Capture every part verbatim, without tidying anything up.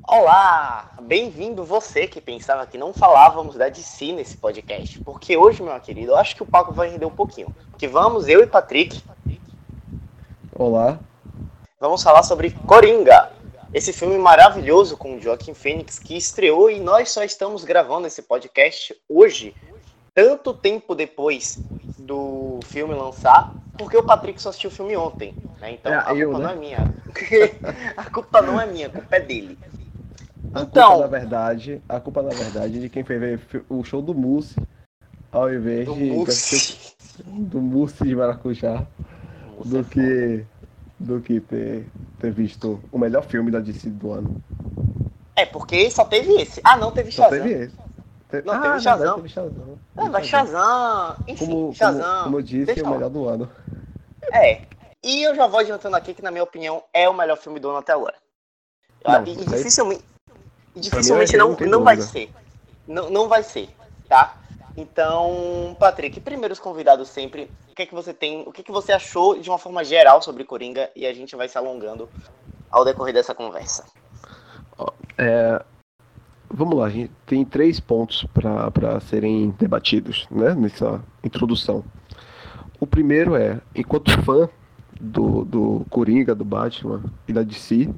Olá! Bem-vindo você que pensava que não falávamos da D C nesse podcast, porque hoje, meu querido, eu acho que o papo vai render um pouquinho. Porque vamos, eu e Patrick, Olá. vamos falar sobre Coringa, esse filme maravilhoso com o Joaquin Phoenix que estreou e nós só estamos gravando esse podcast hoje, tanto tempo depois do filme lançar, porque o Patrick só assistiu o filme ontem, né? Então É, a eu, culpa né? não é minha. A culpa não é minha, a culpa é dele. A Então, culpa, na verdade, a culpa, na verdade, é de quem foi ver o show do Mousse, ao invés do de ter Mousse. do Mousse de Maracujá, O Mousse é do foda. que, do que ter, ter visto o melhor filme da D C do ano. É, porque só teve esse. Ah, não, teve Só teve Shazam. esse. Te- Não, Ah, teve é verdade, Shazam. teve Shazam. É, Teve mas Shazam. Shazam. Enfim, Como, como, Shazam. como eu disse, Deixa o lá. melhor do ano. É. E eu já vou adiantando aqui que, na minha opinião, é o melhor filme do ano até agora. Não, E, e isso aí, dificilmente, e pra mim, dificilmente aí não não, tem não vai dúvida. ser. Não, não vai ser, tá? Então, Patrick, primeiros convidados sempre, o que é que você tem, o que é que você achou de uma forma geral sobre Coringa e a gente vai se alongando ao decorrer dessa conversa. Ó, É, vamos lá, a gente tem três pontos para serem debatidos, né, nessa introdução. O primeiro é, enquanto fã do, do Coringa, do Batman e da D C,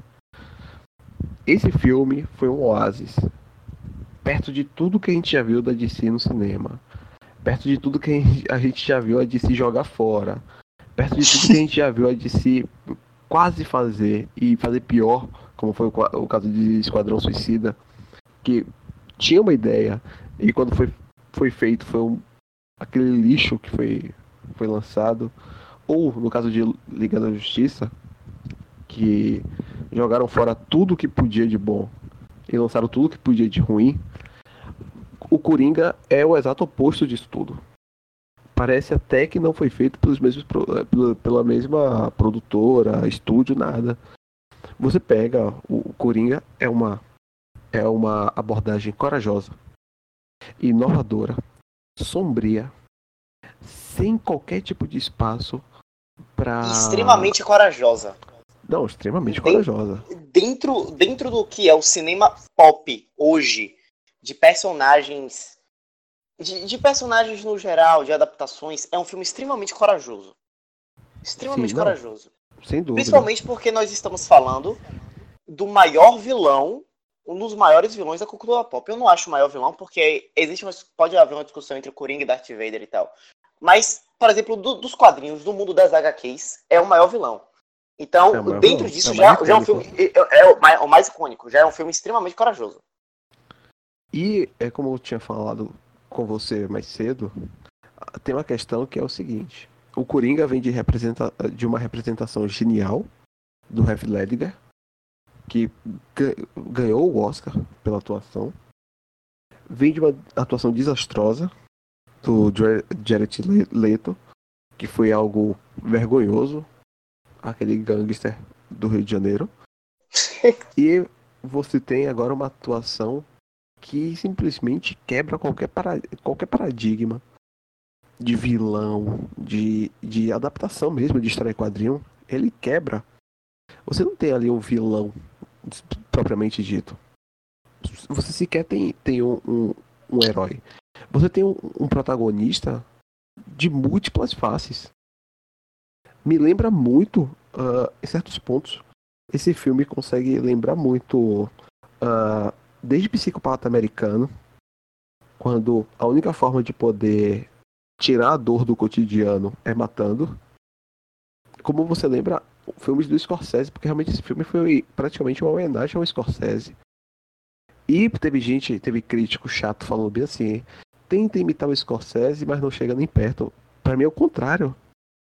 esse filme foi um oásis. Perto de tudo que a gente já viu da D C no cinema. Perto de tudo que a gente, a gente já viu a D C jogar fora. Perto de tudo que a gente já viu a D C quase fazer e fazer pior, como foi o, o caso de Esquadrão Suicida, que tinha uma ideia e quando foi, foi feito foi um, aquele lixo que foi, foi lançado. Ou, no caso de Liga da Justiça, que jogaram fora tudo que podia de bom e lançaram tudo que podia de ruim, o Coringa é o exato oposto disso tudo. Parece até que não foi feito pelos mesmos, pela, pela mesma produtora, estúdio, nada. Você pega, o Coringa é uma, é uma abordagem corajosa, inovadora, sombria, sem qualquer tipo de espaço para... E extremamente corajosa. Não, extremamente Den- corajosa. Dentro, dentro do que é o cinema pop hoje, de personagens, de, de personagens no geral, de adaptações, é um filme extremamente corajoso. Extremamente Sim, não, corajoso. sem dúvida. Principalmente porque nós estamos falando do maior vilão, um dos maiores vilões da cultura pop. Eu não acho o maior vilão, porque existe uma, pode haver uma discussão entre o Coringa e Darth Vader e tal. Mas, por exemplo, do, dos quadrinhos, do mundo das H Qs, é o maior vilão. Então, É o maior dentro vilão, disso, é o já, mais já é um filme. icônico. É, é o, mais, o mais icônico, já é um filme extremamente corajoso. E é como eu tinha falado com você mais cedo, tem uma questão que é o seguinte: o Coringa vem de, representa, de uma representação genial do Heath Ledger, que ganhou o Oscar pela atuação, vem de uma atuação desastrosa do Jared Leto, que foi algo vergonhoso, aquele gangster do Rio de Janeiro, e você tem agora uma atuação que simplesmente quebra qualquer, para, qualquer paradigma de vilão, de, de adaptação mesmo de história em quadrinho. Ele quebra. Você não tem ali um vilão propriamente dito. Você sequer tem, tem um, um, um herói. Você tem um, um protagonista de múltiplas faces. Me lembra muito, uh, em certos pontos, esse filme consegue lembrar muito uh, desde Psicopata Americano, quando a única forma de poder tirar a dor do cotidiano é matando. Como você lembra, filmes do Scorsese, porque realmente esse filme foi praticamente uma homenagem ao Scorsese. E teve gente, teve crítico chato falando bem assim, tenta imitar o Scorsese, mas não chega nem perto. Pra mim é o contrário.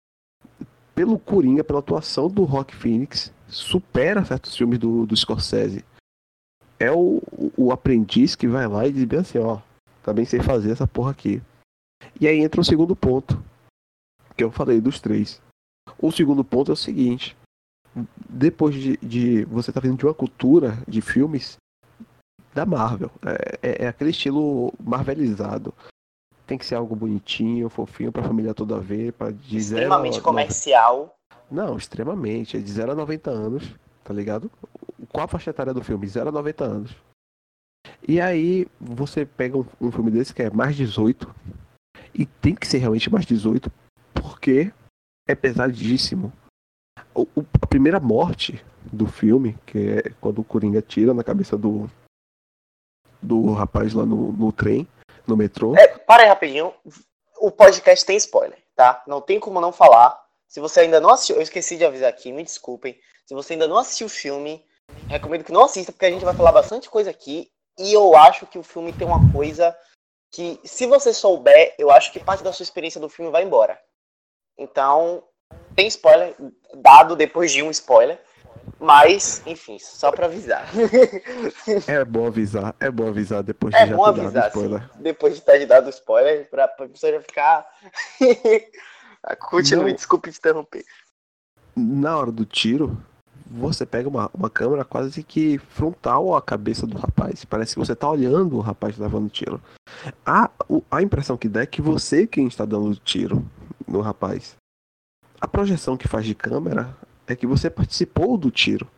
Pelo Coringa, pela atuação do Joaquin Phoenix, supera certos filmes do, do Scorsese. É o, o aprendiz que vai lá e diz bem assim, ó, também sei fazer essa porra aqui. E aí entra o segundo ponto, que eu falei dos três. O segundo ponto é o seguinte: depois de, de você estar tá vindo de uma cultura de filmes da Marvel, é, é, é aquele estilo marvelizado. Tem que ser algo bonitinho, fofinho, pra família toda ver, pra de Extremamente zero a comercial. Não, extremamente. É de zero a noventa anos, tá ligado? Qual a faixa etária do filme? zero a noventa anos. E aí você pega um, um filme desse que é mais dezoito, e tem que ser realmente mais dezoito, porque é pesadíssimo. O, o- a primeira morte do filme, que é quando o Coringa tira na cabeça do, do rapaz lá no, no trem, no metrô. É, para aí rapidinho. O podcast tem spoiler, tá? Não tem como não falar. Se você ainda não assistiu, eu esqueci de avisar aqui, me desculpem. Se você ainda não assistiu o filme, recomendo que não assista, porque a gente vai falar bastante coisa aqui. E eu acho que o filme tem uma coisa que, se você souber, eu acho que parte da sua experiência do filme vai embora. Então, tem spoiler dado depois de um spoiler. Mas, enfim, só pra avisar. É bom avisar, é bom avisar depois É de já bom ter dado avisar, assim, spoiler. depois de ter dado spoiler, pra, pra pessoa já ficar. Continue, Não, desculpe te interromper. na hora do tiro, você pega uma, uma câmera quase que frontal à cabeça do rapaz. Parece que você tá olhando o rapaz levando tiro. A, o- a impressão que dá é que você quem está dando tiro no rapaz. A projeção que faz de câmera é que você participou do tiro.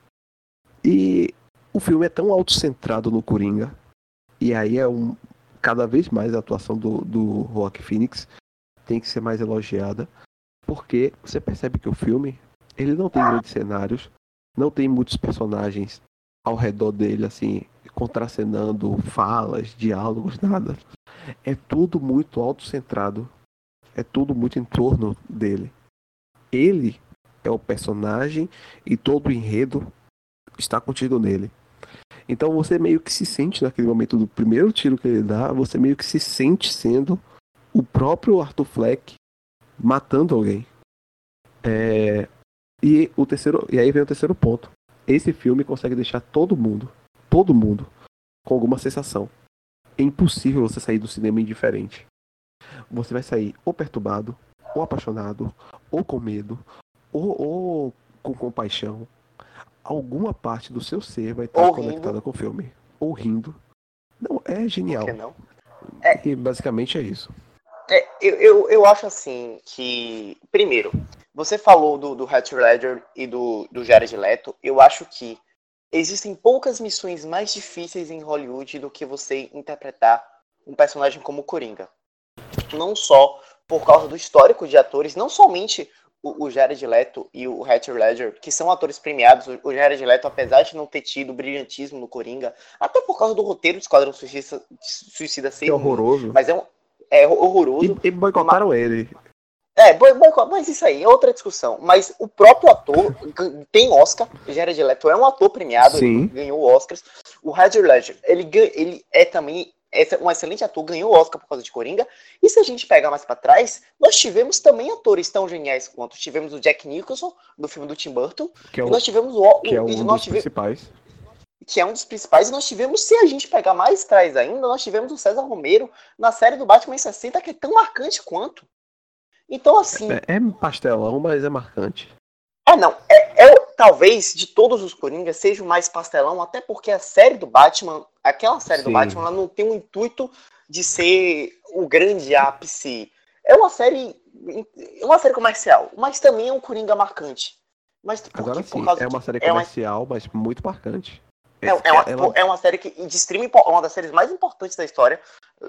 E o filme é tão autocentrado no Coringa. E aí é um. Cada vez mais a atuação do, do Joaquin Phoenix tem que ser mais elogiada. Porque você percebe que o filme ele não tem grandes cenários, não tem muitos personagens ao redor dele, assim, contracenando falas, diálogos, nada. É tudo muito autocentrado. É tudo muito em torno dele. Ele é o personagem e todo o enredo está contido nele. Então você meio que se sente naquele momento do primeiro tiro que ele dá, você meio que se sente sendo o próprio Arthur Fleck matando alguém. É, e o terceiro, e aí vem o terceiro ponto. Esse filme consegue deixar todo mundo, todo mundo, com alguma sensação. É impossível você sair do cinema indiferente. Você vai sair ou perturbado, ou apaixonado, ou com medo, ou, ou com compaixão. Alguma parte do seu ser vai estar Ou rindo, conectada com o filme. Ou rindo. Não, é por que genial. não? É, E basicamente é isso. é, eu, eu, eu acho assim que, primeiro, você falou do, do Heath Ledger e do, do Jared Leto. Eu acho que existem poucas missões mais difíceis em Hollywood do que você interpretar um personagem como Coringa. Não só por causa do histórico de atores, não somente o, o Jared Leto e o Heath Ledger, que são atores premiados. O, o Jared Leto, apesar de não ter tido brilhantismo no Coringa, até por causa do roteiro do Esquadrão Suicida, Suicida Que é ser ruim, horroroso. mas é, um, é E, horroroso. e boicotaram ele. É, boicot, mas isso aí é outra discussão. Mas o próprio ator tem Oscar. Jared Leto é um ator premiado, ele Sim. ganhou Oscars. O Heath Ledger, ele, ele é também um excelente ator, ganhou Oscar por causa de Coringa. E se a gente pegar mais pra trás, nós tivemos também atores tão geniais quanto. Tivemos o Jack Nicholson, do filme do Tim Burton, Que é, e o, nós tivemos o... que é o e um nós dos tivemos, principais. que é um dos principais, e nós tivemos, se a gente pegar mais atrás ainda, nós tivemos o César Romero na série do Batman em sessenta, que é tão marcante quanto. Então, assim, É, é pastelão, mas é marcante. É, não. É, é, talvez de todos os Coringas seja o mais pastelão, até porque a série do Batman, aquela série do Sim. Batman, ela não tem o intuito de ser o grande ápice. É uma série. É uma série comercial, mas também é um Coringa marcante. Mas por Agora quê? Por sim, causa é uma que série é uma, comercial, mas muito marcante. é, É, é uma, ela, é uma série que, de streaming, uma das séries mais importantes da história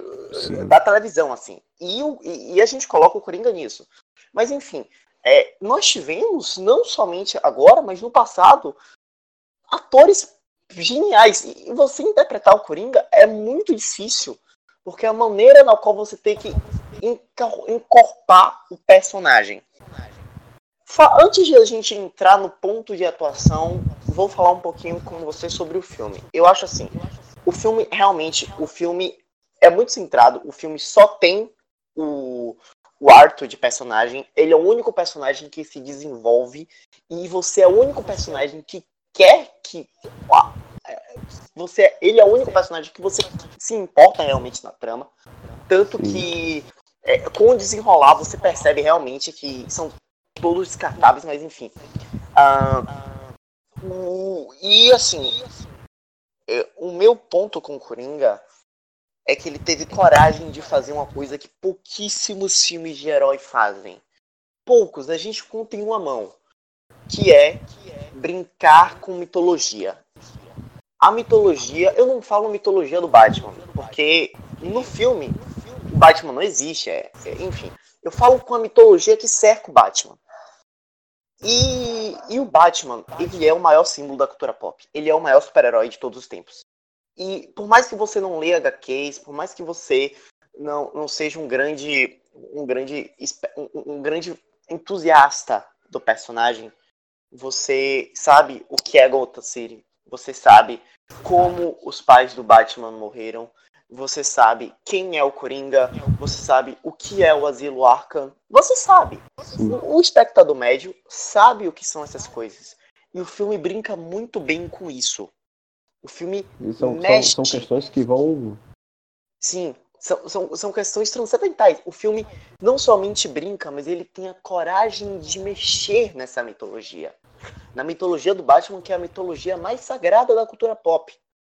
uh, sim. da televisão, assim. E, o, e, e a gente coloca o Coringa nisso. Mas enfim, é, nós tivemos, não somente agora, mas no passado, atores geniais. E você interpretar o Coringa é muito difícil, porque é a maneira na qual você tem que encorpar o personagem. Antes de a gente entrar no ponto de atuação, vou falar um pouquinho com você sobre o filme. Eu acho assim, o filme realmente, o filme é muito centrado, o filme só tem o, o Arthur de personagem, ele é o único personagem que se desenvolve e você é o único personagem que quer que você, ele é o único personagem que você se importa realmente na trama, tanto Sim. que é, com o desenrolar você percebe realmente que são todos descartáveis, mas enfim. Ah, o, e assim, é, o meu ponto com o Coringa é que ele teve coragem de fazer uma coisa que pouquíssimos filmes de herói fazem. Poucos, a gente conta em uma mão. que é brincar com mitologia. A mitologia, eu não falo mitologia do Batman, porque no filme o Batman não existe, é, é, enfim. Eu falo com a mitologia que cerca o Batman. E, e o Batman, ele é o maior símbolo da cultura pop. Ele é o maior super-herói de todos os tempos. E por mais que você não leia agá quês, por mais que você não, não seja um grande, um, grande, um, um grande entusiasta do personagem, você sabe o que é Gotham City. Você sabe como os pais do Batman morreram. Você sabe quem é o Coringa. Você sabe o que é o Asilo Arkham. Você sabe. O, o espectador médio sabe o que são essas coisas. E o filme brinca muito bem com isso. O filme são, mexe... são, são questões que vão... Sim, são, são, são questões transcendentais. O filme não somente brinca, mas ele tem a coragem de mexer nessa mitologia. Na mitologia do Batman, que é a mitologia mais sagrada da cultura pop.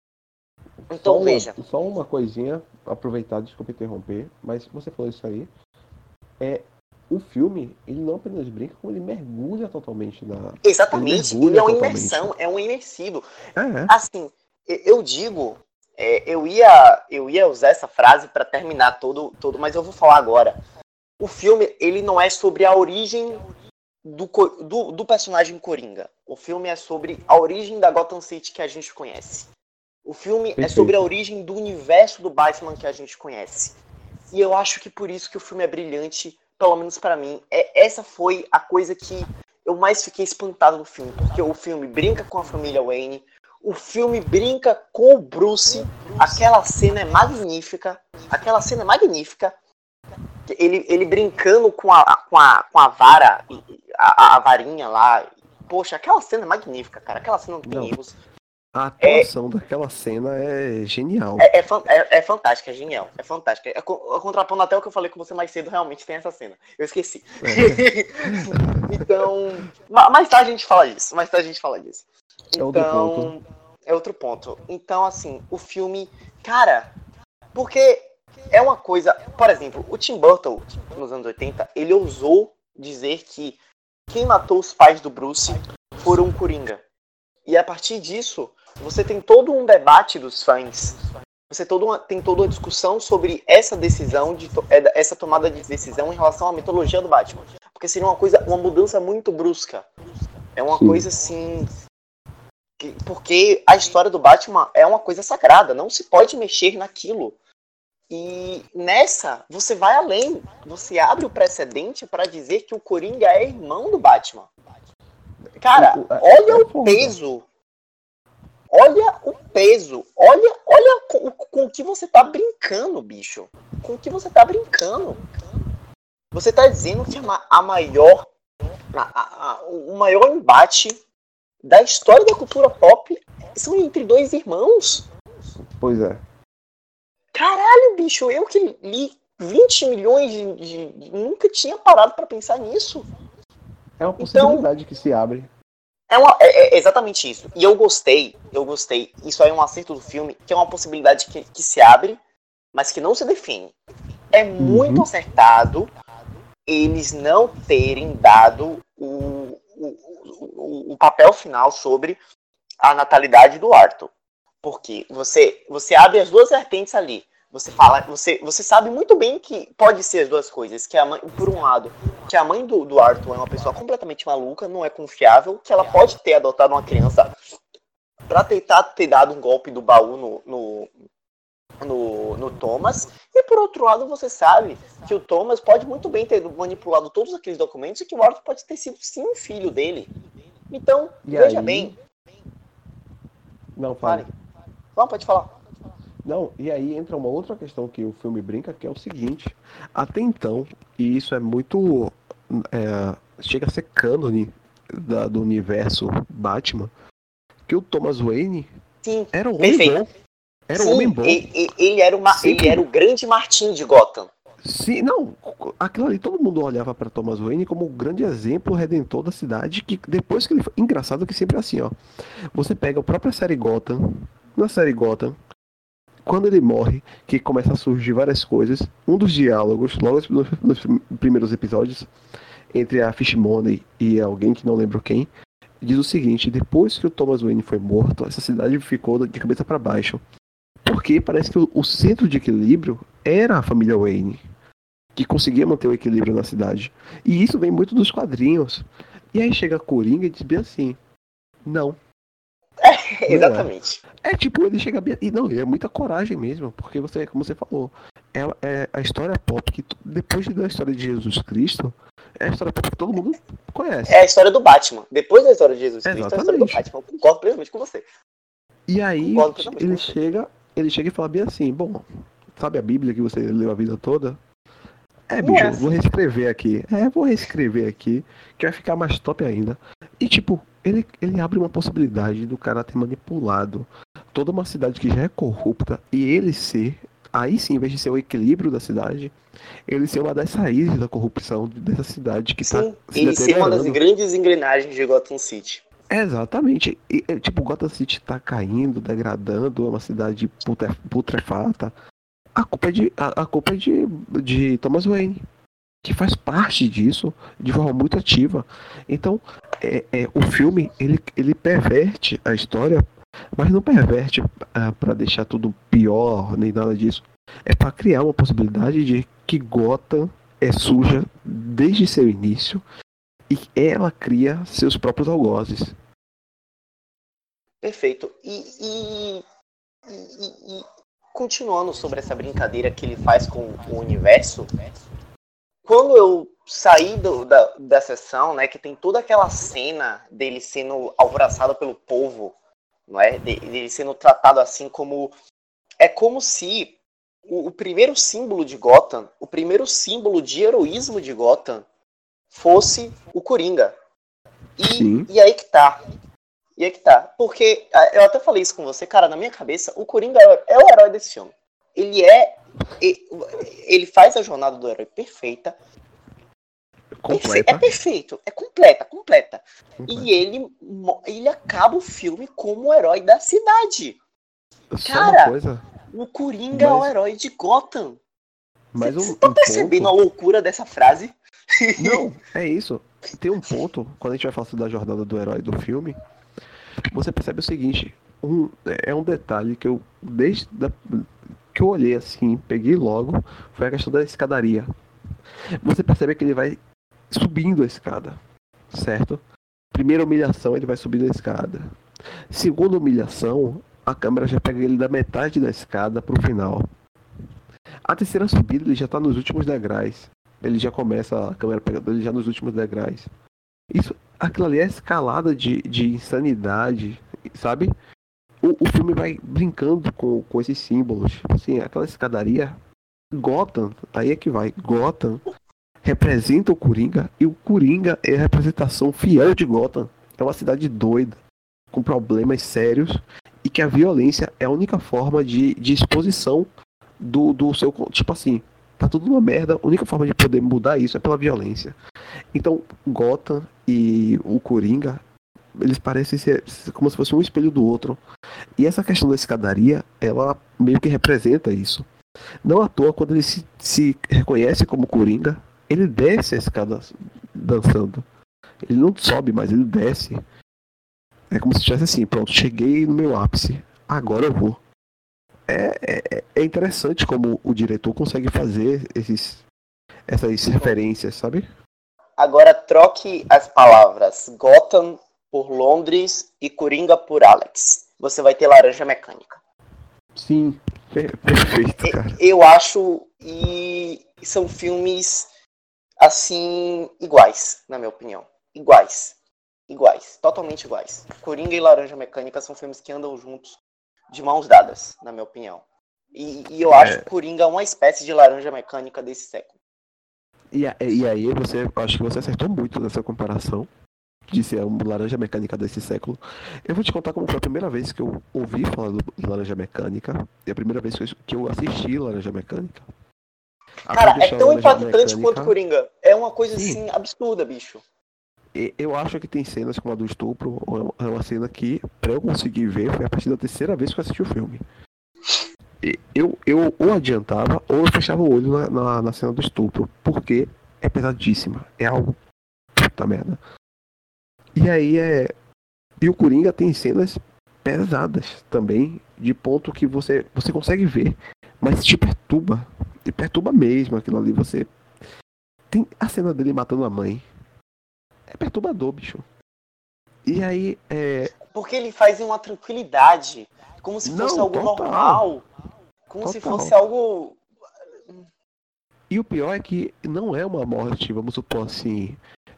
Então, só uma, veja. Só uma coisinha, aproveitar, desculpa interromper, mas você falou isso aí. É, o filme, ele não apenas brinca, como ele mergulha totalmente na... Exatamente, ele, ele é uma totalmente. imersão, é um imersivo. É, é. Assim, eu digo, é, eu, ia, eu ia usar essa frase para terminar todo, todo, mas eu vou falar agora. O filme, ele não é sobre a origem do, do, do personagem Coringa. O filme é sobre a origem da Gotham City que a gente conhece. O filme Perfeito. É sobre a origem do universo do Batman que a gente conhece. E eu acho que por isso que o filme é brilhante, pelo menos pra mim. É, essa foi a coisa que eu mais fiquei espantado no filme. Porque o filme brinca com a família Wayne, o filme brinca com o Bruce. Aquela cena é magnífica. Aquela cena é magnífica. Ele, ele brincando com a, com a, com a vara, a, a varinha lá. Poxa, aquela cena é magnífica, cara. Aquela cena não tem não. erros. A atuação é, daquela cena é genial. É, é, é, é fantástica, é genial. É fantástica. É, contrapondo até o que eu falei com você mais cedo, realmente tem essa cena. Eu esqueci. É. Então. Mais tarde a gente fala disso. Mais tarde a gente fala disso. Então, é outro ponto. É outro ponto. Então, assim, o filme. Cara, porque é uma coisa. Por exemplo, o Tim Burton, nos anos oitenta, ele ousou dizer que quem matou os pais do Bruce foram o Coringa. E a partir disso, você tem todo um debate dos fãs. Você todo uma, tem toda uma discussão sobre essa decisão, de to, essa tomada de decisão em relação à mitologia do Batman. Porque seria uma coisa, uma mudança muito brusca. É uma Sim. coisa assim... Que, porque a história do Batman é uma coisa sagrada. Não se pode mexer naquilo. E nessa, você vai além. Você abre o precedente para dizer que o Coringa é irmão do Batman. Cara, olha o peso. Olha o peso. Olha, olha com, com o que você tá brincando, bicho. Com o que você tá brincando. Você tá dizendo que a maior, a, a, o maior embate da história da cultura pop são entre dois irmãos. Pois é. Caralho, bicho, eu que li vinte milhões de, de nunca tinha parado pra pensar nisso. É uma possibilidade então, que se abre. É, uma, é, é exatamente isso. E eu gostei, eu gostei. Isso aí é um acerto do filme, que é uma possibilidade que, que se abre, mas que não se define. É muito uhum. acertado eles não terem dado o, o, o, o papel final sobre a natalidade do Arthur. Porque você, você abre as duas vertentes ali. Você fala, você, você sabe muito bem que pode ser as duas coisas. Que a mãe, por um lado, que a mãe do, do Arthur é uma pessoa completamente maluca, não é confiável, que ela pode ter adotado uma criança pra tentar ter dado um golpe do baú no, no, no, no Thomas. E por outro lado, você sabe que o Thomas pode muito bem ter manipulado todos aqueles documentos e que o Arthur pode ter sido sim um filho dele. Então, e veja aí... bem. Não, fale. Não, pode falar. Não, e aí entra uma outra questão que o filme brinca, que é o seguinte. Até então, e isso é muito... É, chega a ser cânone da, do universo Batman, que o Thomas Wayne Sim, era um homem bom. Era Sim, um homem bom. Ele, ele, era uma, ele era o grande Martin de Gotham. Sim, não, aquilo ali, todo mundo olhava para Thomas Wayne como o grande exemplo redentor da cidade, que depois que ele foi... Engraçado que sempre é assim, ó. Você pega a própria série Gotham, na série Gotham, quando ele morre, que começa a surgir várias coisas, um dos diálogos, logo nos primeiros episódios, entre a Fishmoney e alguém que não lembro quem, diz o seguinte: depois que o Thomas Wayne foi morto, essa cidade ficou de cabeça para baixo. Porque parece que o, o centro de equilíbrio era a família Wayne, que conseguia manter o equilíbrio na cidade. E isso vem muito dos quadrinhos. E aí chega a Coringa e diz bem assim: não. É, exatamente. É. é tipo, ele chega bem. E não, é muita coragem mesmo, porque você, como você falou, é, é a história pop que, depois da história de Jesus Cristo, é a história pop que todo mundo conhece. É a história do Batman. Depois da história de Jesus Cristo, Exatamente. é a história do Batman. Eu concordo plenamente com você. E aí, ele você. chega, ele chega e fala bem assim: bom, sabe a Bíblia que você leu a vida toda? É, Não bicho, é assim. vou reescrever aqui. É, vou reescrever aqui, que vai ficar mais top ainda. E tipo, ele, ele abre uma possibilidade do cara ter manipulado toda uma cidade que já é corrupta e ele ser, aí sim, em vez de ser o equilíbrio da cidade, ele ser uma das raízes da corrupção dessa cidade que sim, tá se ele ser uma das deteriorando. grandes engrenagens de Gotham City. Exatamente. E, é, tipo, Gotham City tá caindo, degradando, é uma cidade putre- putrefata. A culpa é de, a, a culpa é de, de Thomas Wayne, que faz parte disso de forma muito ativa. Então, é, é, o filme, ele, ele perverte a história, mas não perverte ah, para deixar tudo pior, nem nada disso. É para criar uma possibilidade de que Gotham é suja desde seu início e ela cria seus próprios algozes. Perfeito. E, e, e, e continuando sobre essa brincadeira que ele faz com o universo, quando eu saí do, da, da sessão, né, que tem toda aquela cena dele sendo alvoroçado pelo povo, não é? De, dele sendo tratado assim como... É como se o, o primeiro símbolo de Gotham, o primeiro símbolo de heroísmo de Gotham fosse o Coringa. E, e aí que tá. E aí que tá. Porque eu até falei isso com você, cara, na minha cabeça, o Coringa é o herói desse filme. Ele é... Ele faz a jornada do herói perfeita. Completa. É perfeito, é completa, completa. completa. E ele, ele acaba o filme como o herói da cidade. Só Cara, uma coisa, o Coringa mas, é o herói de Gotham. Mas Você um, tá um percebendo ponto... a loucura dessa frase? Não, é isso. Tem um ponto, quando a gente vai falar da jornada do herói do filme, você percebe o seguinte, um, é um detalhe que eu, desde da, que eu olhei assim, peguei logo, foi a questão da escadaria. Você percebe que ele vai subindo a escada, certo? Primeira humilhação, ele vai subindo a escada. Segunda humilhação, a câmera já pega ele da metade da escada pro final. A terceira subida, ele já tá nos últimos degraus. Ele já começa, a câmera pegando ele já nos últimos degraus. Isso, aquilo ali é escalada de, de insanidade, sabe? O, o filme vai brincando com, com esses símbolos. Assim, aquela escadaria, Gotham, aí é que vai. Gotham representa o Coringa e o Coringa é a representação fiel de Gotham. É uma cidade doida, com problemas sérios e que a violência é a única forma de, de exposição do, do seu... Tipo assim, tá tudo uma merda, a única forma de poder mudar isso é pela violência. Então, Gotham e o Coringa, eles parecem ser como se fosse um espelho do outro. E essa questão da escadaria, ela meio que representa isso. Não à toa, quando ele se, se reconhece como Coringa, ele desce a escada dançando. Ele não sobe, mas ele desce. É como se estivesse assim, pronto, cheguei no meu ápice, agora eu vou. É, é, é interessante como o diretor consegue fazer esses, essas referências, sabe? Agora troque as palavras Gotham por Londres e Coringa por Alex. Você vai ter Laranja Mecânica. Sim, per- perfeito, cara. Eu acho e são filmes assim iguais, na minha opinião. Iguais. Iguais, totalmente iguais. Coringa e Laranja Mecânica são filmes que andam juntos de mãos dadas, na minha opinião. E, e eu acho É. que Coringa é uma espécie de Laranja Mecânica desse século. E, a- e aí você, acho que você acertou muito nessa comparação de ser um Laranja Mecânica desse século. Eu vou te contar como foi a primeira vez que eu ouvi falar do Laranja Mecânica e a primeira vez que eu, que eu assisti Laranja Mecânica. Cara, é tão Laranja impactante Mecânica, quanto Coringa. É uma coisa sim, assim absurda, bicho. eu acho que tem cenas como a do estupro, é uma cena que, pra eu conseguir ver, foi a partir da terceira vez que eu assisti o filme. Eu, eu ou adiantava ou eu fechava o olho na, na, na cena do estupro, porque é pesadíssima. É algo puta merda. E aí é. E o Coringa tem cenas pesadas também, de ponto que você, você consegue ver, mas te perturba. Te perturba mesmo aquilo ali. Você. Tem a cena dele matando a mãe. É perturbador, bicho. E aí é. Porque ele faz em uma tranquilidade, como se fosse Não, algo total. normal, como se Total. fosse algo... E o pior é que não é uma morte, vamos supor assim,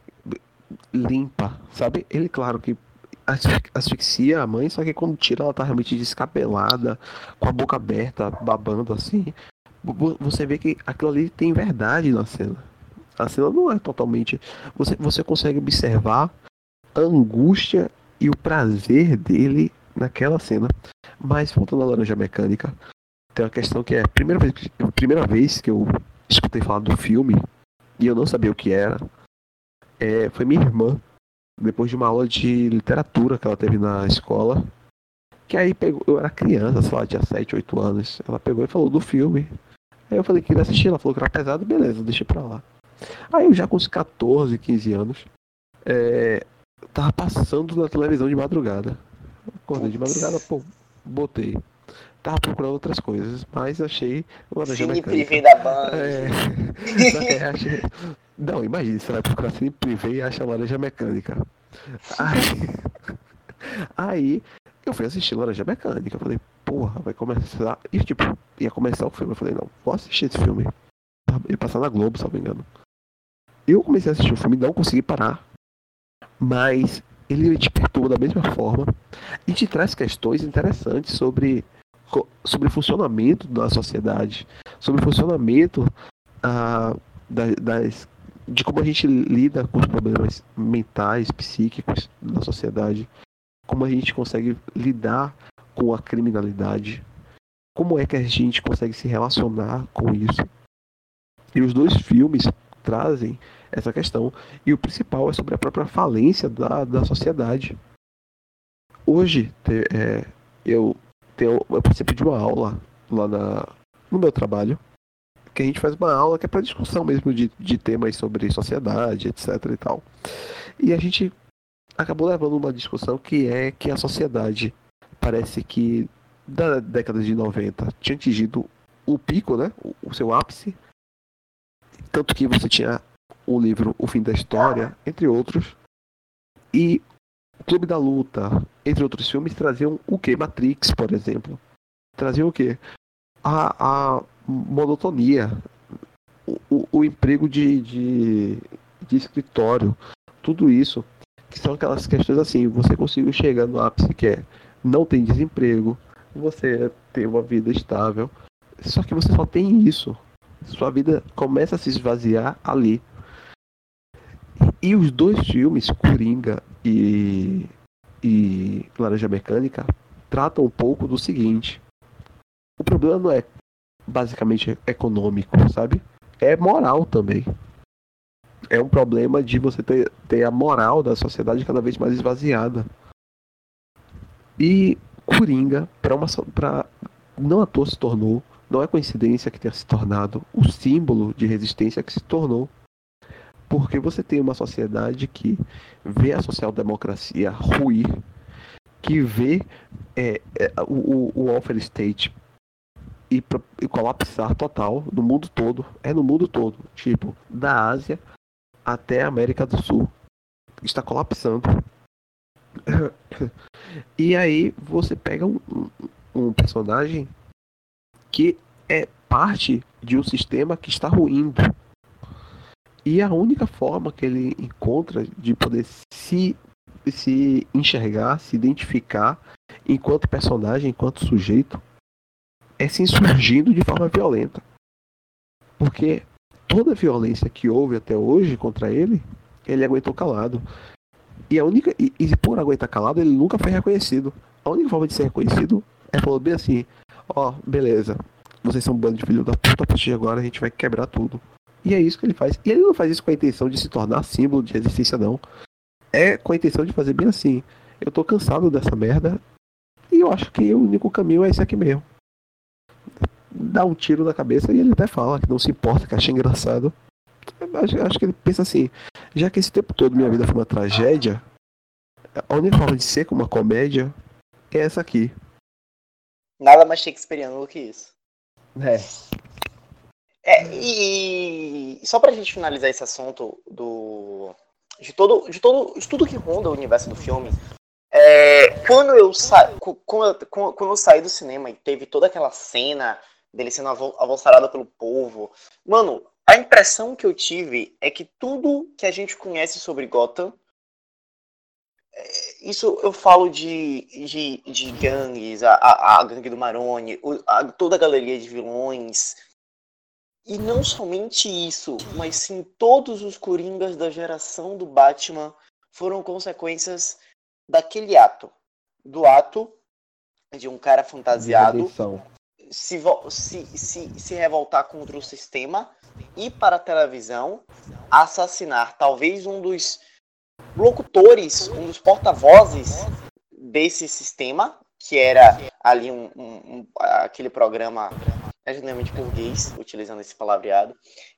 limpa, sabe? Ele, claro que asfix- asfixia a mãe, só que quando tira ela tá realmente descabelada, com a boca aberta, babando assim. Vo- Você vê que aquilo ali tem verdade na cena. A cena não é totalmente. Você, você consegue observar a angústia e o prazer dele naquela cena. Mas voltando à Laranja Mecânica, tem uma questão que é a primeira vez, que- a primeira vez que eu escutei falar do filme e eu não sabia o que era, é, foi minha irmã, depois de uma aula de literatura que ela teve na escola. Que aí pegou, eu era criança, sei lá, tinha sete, oito anos. Ela pegou e falou do filme. Aí eu falei que queria assistir, ela falou que era pesado, beleza, deixa pra lá. Aí eu já com uns catorze, quinze anos, é, tava passando na televisão de madrugada. Acordei de madrugada, Putz, pô, botei. Tava procurando outras coisas, mas achei Laranja cine Mecânica. privê da Band. É, é, achei... Não, imagina, você vai procurar cine privê e acha Laranja Mecânica. Aí, aí eu fui assistir Laranja Mecânica. Eu falei, porra, vai começar. E tipo, ia começar o filme. Eu falei, não, vou assistir esse filme. Ia passar na Globo, se não me engano. Eu comecei a assistir o filme, não consegui parar. Mas ele te perturba da mesma forma e te traz questões interessantes sobre, sobre o funcionamento da sociedade, sobre o funcionamento ah, da- das, de como a gente lida com os problemas mentais, psíquicos da sociedade, como a gente consegue lidar com a criminalidade, como é que a gente consegue se relacionar com isso. E os dois filmes trazem essa questão. E o principal é sobre a própria falência da, da sociedade. Hoje, te, é, eu, tenho, eu participo de uma aula lá na, no meu trabalho, que a gente faz uma aula que é para discussão mesmo de, de temas sobre sociedade, etc e tal. E a gente acabou levando uma discussão que é que a sociedade parece que da década de noventa tinha atingido o pico, né? O, o seu ápice. Tanto que você tinha o livro O Fim da História, entre outros. E o Clube da Luta, entre outros filmes, traziam o quê? Matrix, por exemplo. Traziam o quê? A, a monotonia, o, o, o emprego de, de, de escritório, tudo isso, que são aquelas questões assim, você conseguiu chegar no ápice que é, não tem desemprego, você tem uma vida estável, só que você só tem isso. Sua vida começa a se esvaziar ali. E os dois filmes, Coringa e, e Laranja Mecânica, tratam um pouco do seguinte. O problema não é basicamente econômico, sabe? É moral também. É um problema de você ter, ter a moral da sociedade cada vez mais esvaziada. E Coringa, para uma pra, não à toa se tornou, não é coincidência que tenha se tornado o símbolo de resistência que se tornou. Porque você tem uma sociedade que vê a social-democracia ruir, que vê é, é, o, o welfare state e, e colapsar total no mundo todo. É no mundo todo. Tipo, da Ásia até a América do Sul. Está colapsando. E aí você pega um, um, um personagem que é parte de um sistema que está ruindo. E a única forma que ele encontra de poder se, se enxergar, se identificar enquanto personagem, enquanto sujeito, é se insurgindo de forma violenta. Porque toda a violência que houve até hoje contra ele, ele aguentou calado. E a única. E, e por aguentar calado, ele nunca foi reconhecido. A única forma de ser reconhecido é falando bem assim, ó, oh, beleza, vocês são um bando de filho da puta, a partir de agora a gente vai quebrar tudo. E é isso que ele faz. E ele não faz isso com a intenção de se tornar símbolo de resistência, não. É com a intenção de fazer bem assim. Eu tô cansado dessa merda. E eu acho que o único caminho é esse aqui mesmo. Dá um tiro na cabeça e ele até fala que não se importa, que acha engraçado. Eu acho, acho que ele pensa assim. Já que esse tempo todo minha vida foi uma tragédia, a única forma de ser como uma comédia é essa aqui. Nada mais shakespeariano do que isso. É. É, e, e só pra gente finalizar esse assunto do de todo de todo de tudo que ronda o universo do filme, é, quando eu sa, quando, quando eu saí do cinema e teve toda aquela cena dele sendo avulsarado pelo povo, mano, a impressão que eu tive é que tudo que a gente conhece sobre Gotham, isso eu falo de, de, de gangues, a, a, a gangue do Maroni, a, toda a galeria de vilões. E não somente isso, mas sim todos os Coringas da geração do Batman foram consequências daquele ato. Do ato de um cara fantasiado se, se, se, se revoltar contra o sistema, ir para a televisão, assassinar talvez um dos locutores, um dos porta-vozes desse sistema, que era ali um, um, um, aquele programa genuinamente burguês, utilizando esse palavreado,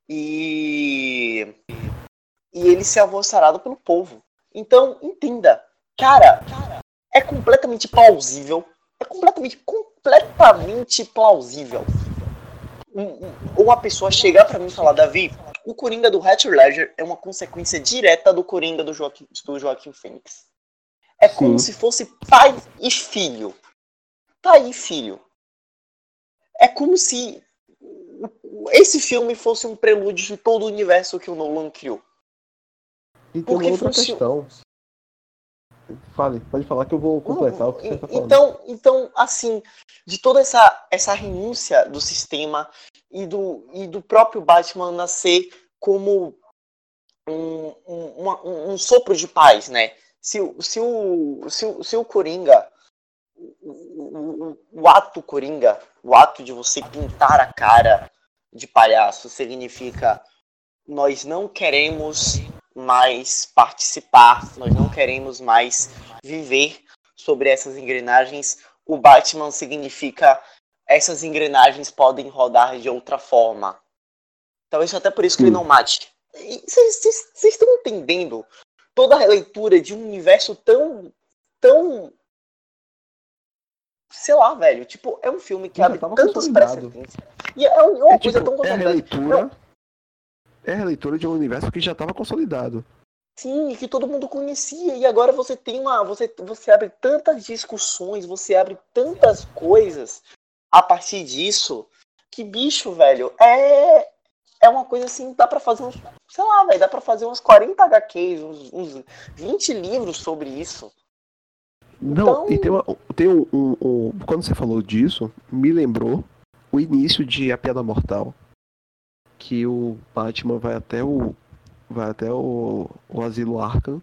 e, e ele ser alvoroçado pelo povo. Então, entenda, cara, é completamente plausível, é completamente, completamente plausível uma pessoa chegar pra mim e falar, Davi, o Coringa do Heath Ledger é uma consequência direta do Coringa do Joaquim, do Joaquim Phoenix. É como Sim. se fosse pai e filho. Pai e filho. É como se esse filme fosse um prelúdio de todo o universo que o Nolan criou. E tem uma outra questão. Fale, pode falar que eu vou completar não, o que você está falando. Então, então, assim, de toda essa, essa renúncia do sistema e do, e do próprio Batman nascer como um, um, uma, um, um sopro de paz, né? Se, se, o, se, o, se o Coringa, o, o, o ato Coringa, o ato de você pintar a cara de palhaço significa nós não queremos mais participar, nós não queremos mais viver sobre essas engrenagens. O Batman significa essas engrenagens podem rodar de outra forma. Talvez até por isso que Sim. ele não mate. Vocês estão entendendo toda a releitura de um universo tão, tão, sei lá, velho. Tipo, é um filme que abre tantas precedentes. E é uma é, coisa tipo, tão consolidada. É a releitura, é a releitura de um universo que já estava consolidado. Sim, que todo mundo conhecia. E agora você tem uma. Você, você abre tantas discussões, você abre tantas coisas a partir disso. Que bicho, velho, é. É uma coisa assim, dá pra fazer uns. Sei lá, velho, dá pra fazer uns quarenta H Qs, uns, uns vinte livros sobre isso. Não, então... e tem, uma, tem um, um, um. Quando você falou disso, me lembrou o início de A Piada Mortal. Que o Batman vai até o. Vai até o, o asilo Arkham.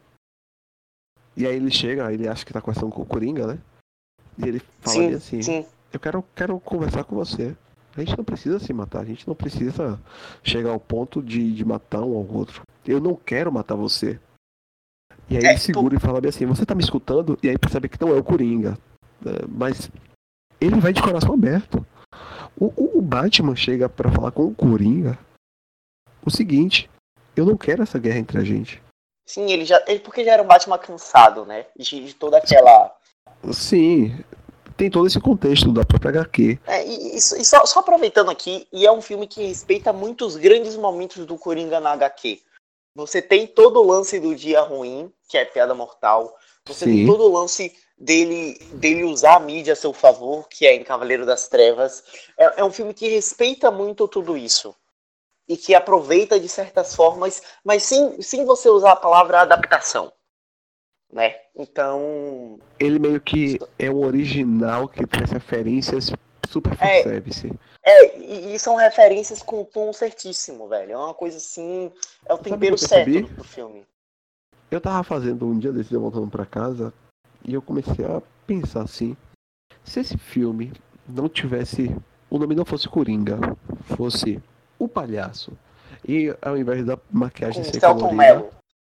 E aí ele chega, ele acha que tá conversando com o Coringa, né? E ele fala sim, bem assim, sim. eu quero, quero conversar com você. A gente não precisa se matar, a gente não precisa chegar ao ponto de, de matar um ao outro. Eu não quero matar você. E aí é, ele segura tu... e fala bem assim, você tá me escutando? E aí percebe que não é o Coringa. Mas ele vai de coração aberto. O, o Batman chega pra falar com o Coringa o seguinte, eu não quero essa guerra entre a gente. Sim, ele já. Ele, porque já era um Batman cansado, né? De, de toda aquela. Sim, tem todo esse contexto da própria H Q. É, e, e só, só aproveitando aqui, e é um filme que respeita muito os grandes momentos do Coringa na H Q. Você tem todo o lance do dia ruim, que é Piada Mortal. Você Sim. tem todo o lance dele, dele usar a mídia a seu favor, que é em Cavaleiro das Trevas. É, é um filme que respeita muito tudo isso. E que aproveita de certas formas, mas sem, sem você usar a palavra adaptação. Né? Então... Ele meio que é um original que traz referências super fanservice. É, é e, e são referências com um tom certíssimo, velho. É uma coisa assim... É o tempero certo do, do filme. Eu tava fazendo um dia desses, eu voltando pra casa, e eu comecei a pensar assim... Se esse filme não tivesse... O nome não fosse Coringa, fosse O Palhaço, e ao invés da maquiagem com ser Celton colorida... Mello.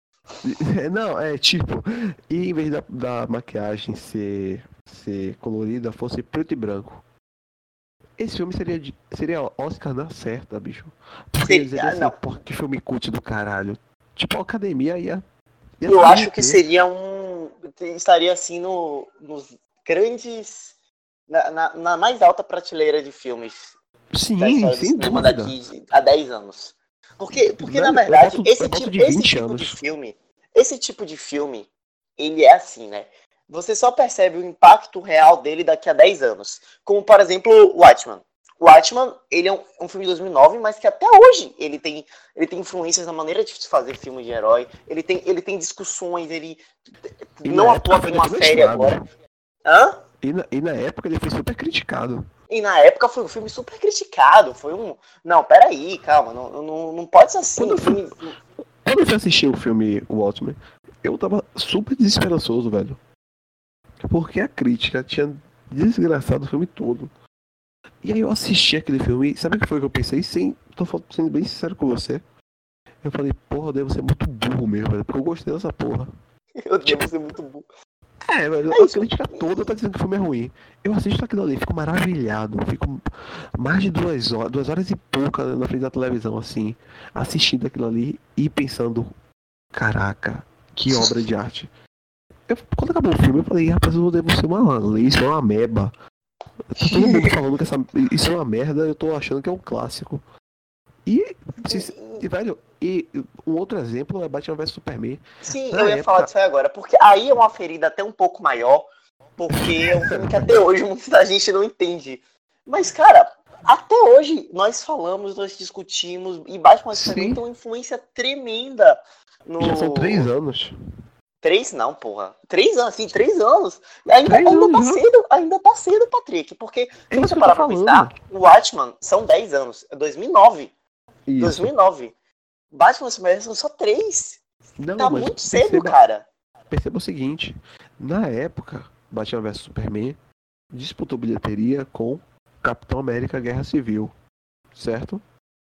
Não, é tipo, e em vez da, da maquiagem ser, ser colorida, fosse preto e branco. Esse filme seria, seria Oscar na certa, bicho. Porque eles dizem assim, porra, que filme cult do caralho. tipo, a academia ia. ia Eu acho que derreter. seria um. Estaria assim no, nos grandes. Na, na, na mais alta prateleira de filmes da Sim, história do sem cinema dúvida. daqui a dez anos. Porque, porque na Velho, eu verdade, boto, eu esse boto tipo, de esse vinte tipo de anos. filme. Esse tipo de filme, ele é assim, né? Você só percebe o impacto real dele daqui a dez anos. Como, por exemplo, o Watchmen. O Watchmen, ele é um, um filme de dois mil e nove, mas que até hoje ele tem, ele tem influências na maneira de fazer filme de herói. Ele tem, ele tem discussões, ele E na não à época toa foi tem uma daquele série estrago. agora. Hã? E na, e na época ele foi super criticado. E na época foi um filme super criticado. Foi um. Não, peraí, calma. Não, não, não pode ser assim. Quando Um eu fui, filme. quando eu fui assistir o filme O Watchmen, eu tava super desesperançoso, velho. Porque a crítica tinha desgraçado o filme todo. E aí eu assisti aquele filme e sabe o que foi que eu pensei? Sem, tô sendo bem sincero com você. Eu falei, porra, eu devo ser muito burro mesmo, velho. Porque eu gostei dessa porra. Eu Tipo, devo ser muito burro. é, velho, É a isso. crítica toda tá dizendo que o filme é ruim. Eu assisto aquilo ali, fico maravilhado. Fico mais de duas horas, duas horas e pouca na frente da televisão, assim, assistindo aquilo ali e pensando, caraca, que obra de arte. Eu, quando acabou o filme, eu falei, rapaz, eu devo ser uma lei, isso é uma ameba. Tá todo mundo falando que essa, isso é uma merda, eu tô achando que é um clássico. E, se, e, velho, e um outro exemplo é Batman vs Superman. Sim, Na eu ia falar época, disso aí agora. Porque aí é uma ferida até um pouco maior. Porque é um filme que até hoje muita gente não entende. Mas, cara, até hoje nós falamos, nós discutimos. E Batman vs Superman sim, tem uma influência tremenda já são três no. anos. Três não, porra. Três anos, sim, três anos. Ainda, Três ainda anos tá já. cedo, ainda tá cedo, Patrick. Porque É se isso você que eu tô parar pra falando. pensar, o Watchman são dez anos. É dois mil e nove. Isso. dois mil e nove. Batman vs Superman são só três. Não, Tá mas muito cedo, perceba, cara. perceba o seguinte. Na época, Batman vs Superman disputou bilheteria com Capitão América Guerra Civil. Certo?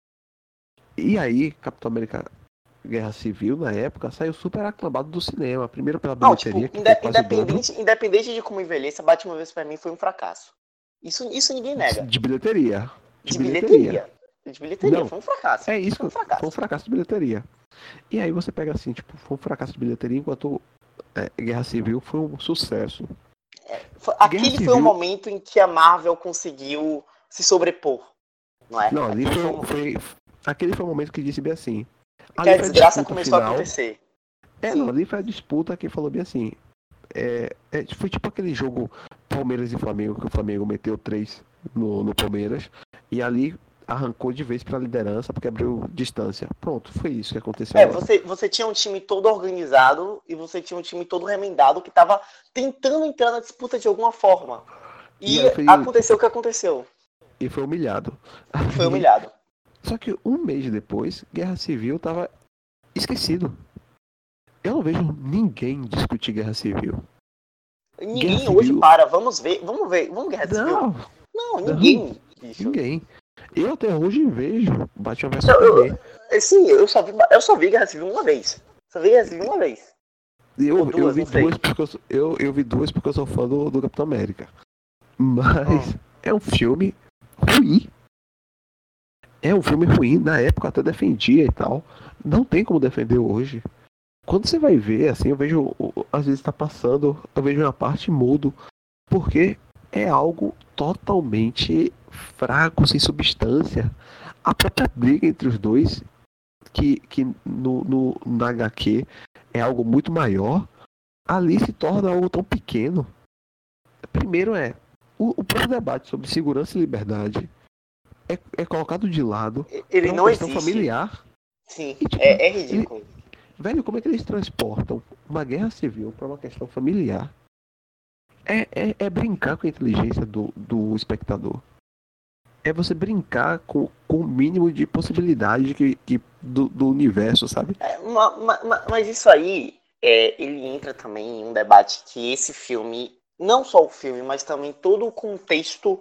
E aí, Capitão América Guerra Civil, na época, saiu super aclamado do cinema. Primeiro pela Não, bilheteria, tipo, que foi quase o dobro. independente, independente de como envelheça, Batman vs Superman foi um fracasso. Isso, isso ninguém nega. De bilheteria. De De bilheteria. bilheteria. De bilheteria, Não, foi um fracasso. é isso, Foi um foi um fracasso. fracasso de bilheteria. E aí você pega assim, tipo, foi um fracasso de bilheteria, enquanto é, Guerra Civil foi um sucesso. Foi- Guerra aquele foi o Civil. momento em que a Marvel conseguiu se sobrepor, não é? Não, ali Aquele foi, foi, um- foi. Aquele foi o momento que disse bem assim. que Ali a foi a desgraça disputa começou a final. acontecer. É, não, Sim. ali foi a disputa que falou bem assim. É, é, foi tipo aquele jogo Palmeiras e Flamengo, que o Flamengo meteu três no, no Palmeiras. E ali arrancou de vez pra liderança porque abriu distância. Pronto, foi isso que aconteceu É, agora. você, você tinha um time todo organizado e você tinha um time todo remendado que estava tentando entrar na disputa de alguma forma. E E aí foi, aconteceu o que aconteceu. e foi humilhado. Foi Aí, humilhado. só que um mês depois, Guerra Civil tava esquecido. Eu não vejo ninguém discutir Guerra Civil. Ninguém Guerra hoje Civil. para, vamos ver, vamos ver, vamos Guerra Civil? Não, Não, não, ninguém. Bicho. ninguém. Eu até hoje vejo Batman vs Eu, Superman. eu, sim, eu só, vi, eu só vi Guerra Civil uma vez. Só vi Guerra Civil uma vez. Ou Eu, eu duas, vi não sei. duas porque eu, sou- eu, eu vi duas porque eu sou fã do, do Capitão América. Mas Hum. é um filme ruim. É um filme ruim. Na época eu até defendia e tal. Não tem como defender hoje. Quando você vai ver, assim, eu vejo. o- Às vezes tá passando, eu vejo uma parte mudo. Porque é algo totalmente fraco, sem substância. A própria briga entre os dois, que, que no, no, na agá quê é algo muito maior, ali se torna algo tão pequeno. Primeiro é, o, o próprio debate sobre segurança e liberdade é, é colocado de lado Ele para uma não questão existe. familiar. Sim, E, tipo, é, é ele- ridículo. velho, como é que eles transportam uma guerra civil para uma questão familiar? É, é, é brincar com a inteligência do, do espectador. É você brincar com, com o mínimo de possibilidade que, que do, do universo, sabe? É, ma- ma- ma- mas isso aí, é, ele entra também em um debate que esse filme, não só o filme, mas também todo o contexto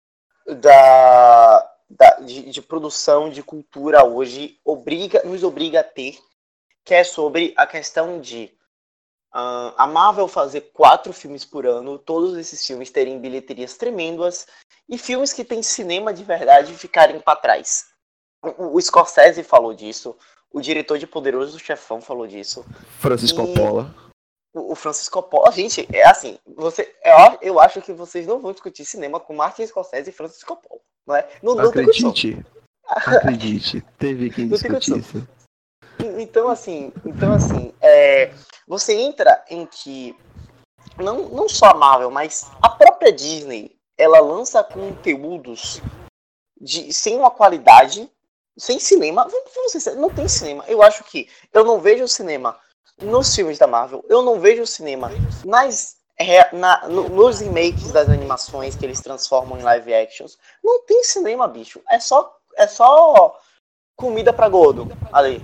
da, da- de, de produção de cultura hoje obriga, nos obriga a ter, que é sobre a questão de ah, a Marvel fazer quatro filmes por ano, todos esses filmes terem bilheterias tremendas e filmes que têm cinema de verdade ficarem para trás. O, o Scorsese falou disso, O diretor de Poderoso Chefão falou disso. Francis Coppola. O Francis Coppola, gente, é assim, você, eu, eu acho que vocês não vão discutir cinema com Martin Scorsese e Francis Coppola, não é? Não, não acredite, acredite, teve quem discutisse. Então, assim, então, assim é, você entra em que, não, não só a Marvel, mas a própria Disney, ela lança conteúdos de, sem uma qualidade, sem cinema, vamos ser, não tem cinema. Eu acho que eu não vejo o cinema nos filmes da Marvel, eu não vejo o cinema nas, na, no, nos remakes das animações que eles transformam em live actions. Não tem cinema, bicho. É só, é só comida pra gordo ali.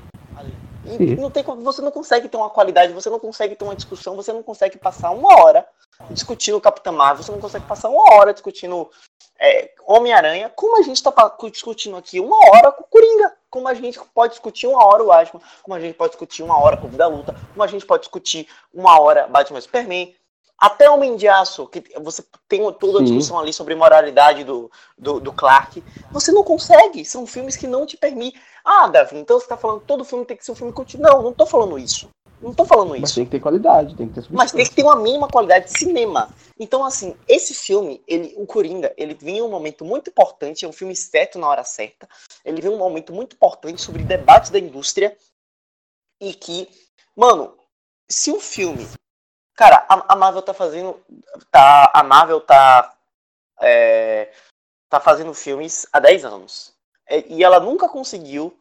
E não tem, você não consegue ter uma qualidade, você não consegue ter uma discussão, você não consegue passar uma hora discutindo o Capitão Marvel, você não consegue passar uma hora discutindo é, Homem-Aranha, como a gente está discutindo aqui uma hora com o Coringa, como a gente pode discutir uma hora o Batman, como a gente pode discutir uma hora Clube da Luta, como a gente pode discutir uma hora Batman e Superman, até Homem de Aço, que você tem toda a discussão ali sobre moralidade do, do, do Clark. Você não consegue, são filmes que não te permitem. Ah, Davi, então você tá falando que todo filme tem que ser um filme contínuo. Não, não tô falando isso. Não tô falando isso. Mas tem que ter qualidade, tem que ter substância. Mas tem que ter uma mínima qualidade de cinema. Então, assim, esse filme, ele, o Coringa, ele vinha em um momento muito importante, é um filme certo na hora certa. Ele vinha em um momento muito importante sobre debate da indústria. E que, mano, se o filme... Cara, a, a Marvel tá fazendo... Tá, a Marvel tá... É, tá fazendo filmes há dez anos. É, e ela nunca conseguiu...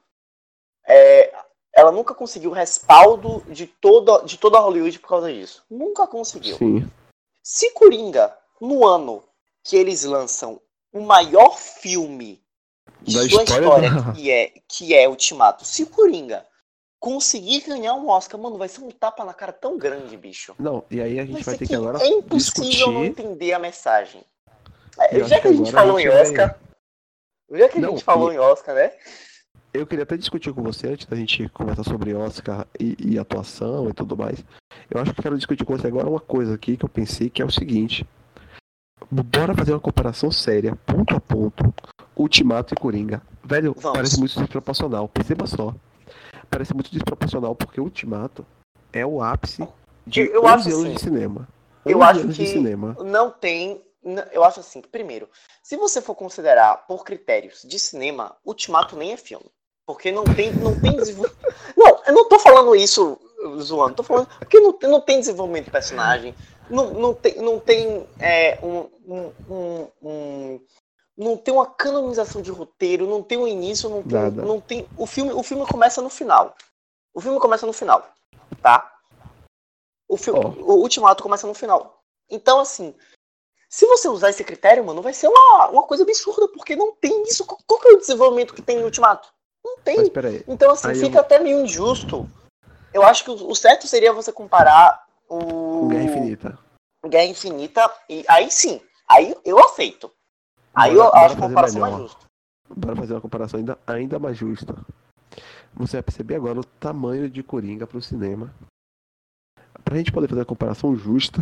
É, ela nunca conseguiu respaldo de toda, de toda a Hollywood por causa disso. Nunca conseguiu. Sim. Se Coringa, no ano que eles lançam o maior filme de da sua história, história, da... que, é, que é Ultimato, se Coringa conseguir ganhar um Oscar, mano, vai ser um tapa na cara tão grande, bicho. Não, e aí a gente vai, vai ter que, que agora é impossível discutir... não entender a mensagem. É, já que a gente falou em Oscar... Vai... Já que a não, gente falou e... em Oscar, né? Eu queria até discutir com você, antes da gente conversar sobre Oscar e, e atuação e tudo mais. Eu acho que eu quero discutir com você agora uma coisa aqui que eu pensei, que é o seguinte. Bora fazer uma comparação séria, ponto a ponto, Ultimato e Coringa. Velho, Vamos. Parece muito desproporcional, perceba só. Parece muito desproporcional, porque o Ultimato é o ápice de eu, eu onze anos assim, de cinema. Eu acho que cinema. não tem... Eu acho assim, primeiro, se você for considerar por critérios de cinema, Ultimato nem é filme. Porque não tem, não tem desenvolvimento. Não, eu não tô falando isso zoando, tô falando porque não, não tem desenvolvimento de personagem, não, não tem, não tem é, um, um, um, um, não tem uma canonização de roteiro, não tem um início, não tem, não tem. O filme, o filme começa no final. O filme começa no final, tá? O, filme, oh. o Ultimato começa no final. Então, assim, se você usar esse critério, mano, vai ser uma, uma coisa absurda, porque não tem isso. Qual que é o desenvolvimento que tem no Ultimato? Não tem. Então, assim, aí fica eu... até meio injusto. Eu acho que o, o certo seria você comparar o... Guerra Infinita. Guerra Infinita, e aí sim, aí eu aceito. Aí bora, eu bora acho a comparação melhor. mais justa. Bora fazer uma comparação ainda, ainda mais justa. Você vai perceber agora o tamanho de Coringa pro cinema. Pra gente poder fazer uma comparação justa,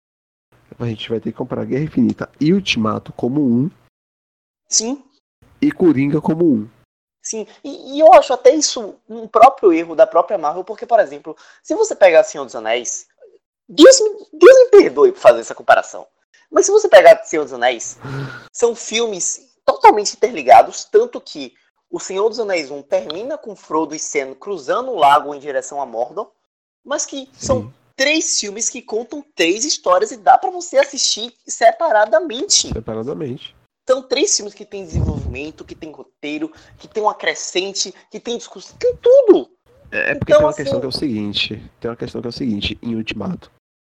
a gente vai ter que comparar Guerra Infinita e Ultimato como um. Sim. E Coringa como um. Sim, e, e eu acho até isso um próprio erro da própria Marvel, porque, por exemplo, se você pegar Senhor dos Anéis, Deus me, Deus me perdoe por fazer essa comparação, mas se você pegar Senhor dos Anéis, são filmes totalmente interligados, tanto que o Senhor dos Anéis um termina com Frodo e Sam cruzando o lago em direção a Mordor, mas que Sim. são três filmes que contam três histórias e dá pra você assistir separadamente. Separadamente. São três filmes que tem desenvolvimento, que tem roteiro, que tem uma crescente, que tem discussão, tem tudo. É porque então, tem uma assim... questão que é o seguinte, tem uma questão que é o seguinte, em Ultimato.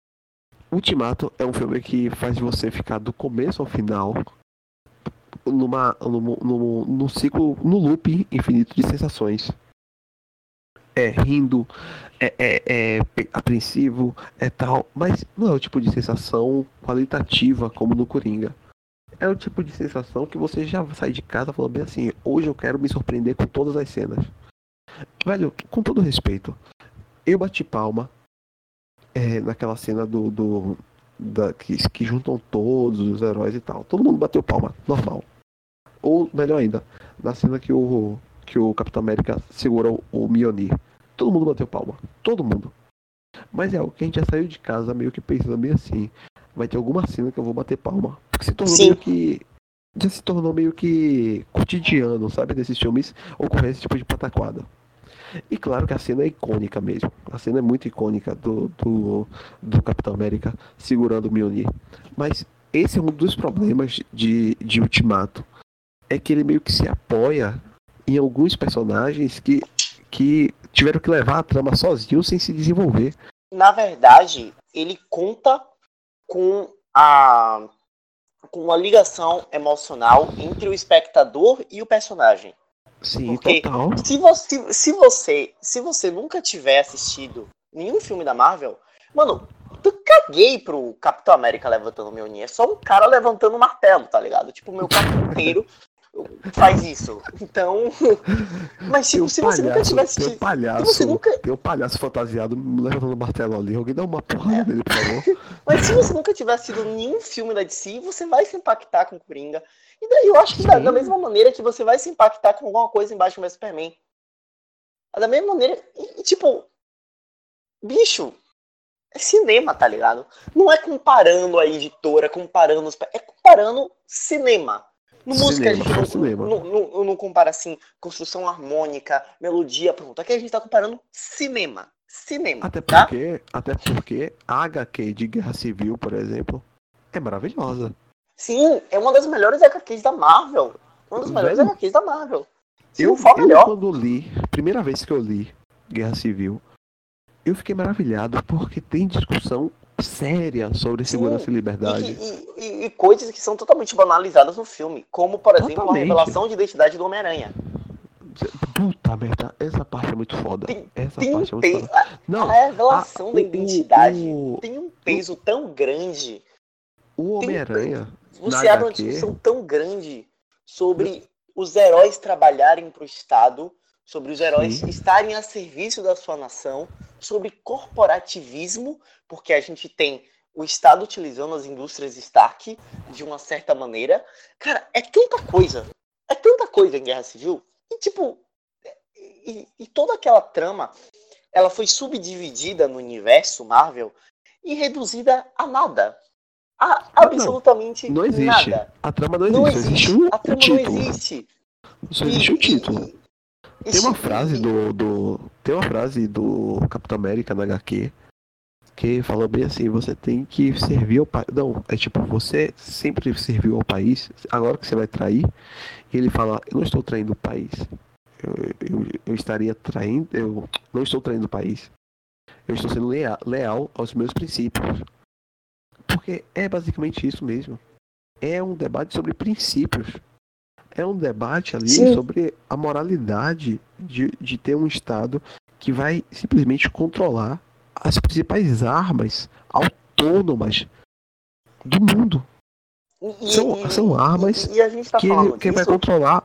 Ultimato é um filme que faz você ficar do começo ao final numa, num, num, num ciclo, no loop infinito de sensações. É rindo, é, é, é apreensivo, é tal, mas não é o tipo de sensação qualitativa como no Coringa. É o tipo de sensação que você já sai de casa falando bem assim, hoje eu quero me surpreender com todas as cenas. Velho, com todo respeito, eu bati palma é, naquela cena do, do da, que, que juntam todos os heróis e tal. Todo mundo bateu palma, normal. Ou, melhor ainda, na cena que o, que o Capitão América segura o, o Mjolnir. Todo mundo bateu palma. Todo mundo. Mas é algo que a gente já saiu de casa meio que pensando meio assim. Vai ter alguma cena que eu vou bater palma. Porque se tornou Sim. meio que. Já se tornou meio que cotidiano, sabe? Desses filmes ocorrer esse tipo de pataquada. E claro que a cena é icônica mesmo. A cena é muito icônica do, do, do Capitão América segurando o Mjolnir. Mas esse é um dos problemas de, de Ultimato. É que ele meio que se apoia em alguns personagens que, que tiveram que levar a trama sozinhos sem se desenvolver. Na verdade, ele conta com a com uma ligação emocional entre o espectador e o personagem. Sim, Porque total. se você, se você se você nunca tiver assistido nenhum filme da Marvel, mano, eu caguei pro Capitão América levantando o Mjolnir. É só um cara levantando um martelo, tá ligado? Tipo, o meu corpo inteiro faz isso. Então. Mas tipo, Tem um se você nunca palhaço, tiver tem um assistido. Se você palhaço, nunca. tem um palhaço fantasiado levantando o martelo ali. Alguém dá uma porrada nele, por favor. Mas se você nunca tiver assistido nenhum filme da D C, você vai se impactar com o Coringa. E daí eu acho que da, da mesma maneira que você vai se impactar com alguma coisa embaixo do Superman. Da mesma maneira. E, e, tipo. Bicho. É cinema, tá ligado? Não é comparando a editora, comparando os. É comparando cinema. No música a Cinema, gente só não, cinema. não, não, não compara assim, construção harmônica, melodia, pronto. Aqui a gente tá comparando cinema. Cinema, Até tá? porque, até porque a H Q de Guerra Civil, por exemplo, é maravilhosa. Sim, é uma das melhores H Qs da Marvel. Uma das melhores Velho, H Qs da Marvel. Se eu, não for a eu melhor. quando li, primeira vez que eu li Guerra Civil, eu fiquei maravilhado porque tem discussão séria sobre segurança Sim, e liberdade. E, e, e, e coisas que são totalmente banalizadas no filme. Como, por exemplo, a Totalmente. revelação de identidade do Homem-Aranha. Puta merda, essa parte é muito foda. Tem, essa tem parte um é muito peso. foda. A, Não, a revelação a, da o, identidade o, tem um peso tão grande. o Tem um, Homem-Aranha você na abre uma H Q. discussão tão grande sobre os heróis trabalharem para o Estado, sobre os heróis Sim. estarem a serviço da sua nação, sobre corporativismo, porque a gente tem o Estado utilizando as indústrias Stark de uma certa maneira. Cara, é tanta coisa. É tanta coisa em Guerra Civil. E, tipo, e, e toda aquela trama, ela foi subdividida no universo Marvel e reduzida a nada. A absolutamente não, não existe. nada. A trama não, Não existe. existe. Existe o, A o trama título. não existe. Só E, existe o e, título. e, Tem uma e- frase e- do, do. Tem uma frase do Capitão América na H Q que fala bem assim, você tem que servir ao país. Não, é tipo, você sempre serviu ao país, agora que você vai trair, e ele fala, eu não estou traindo o país. Eu, eu, eu estaria traindo. Eu não estou traindo o país. Eu estou sendo leal, leal aos meus princípios. Porque é basicamente isso mesmo. É um debate sobre princípios. É um debate ali Sim. sobre a moralidade de, de ter um Estado que vai simplesmente controlar as principais armas autônomas do mundo. e- São, e- são e- armas e- e a gente tá que, falando ele, que vai disso. controlar.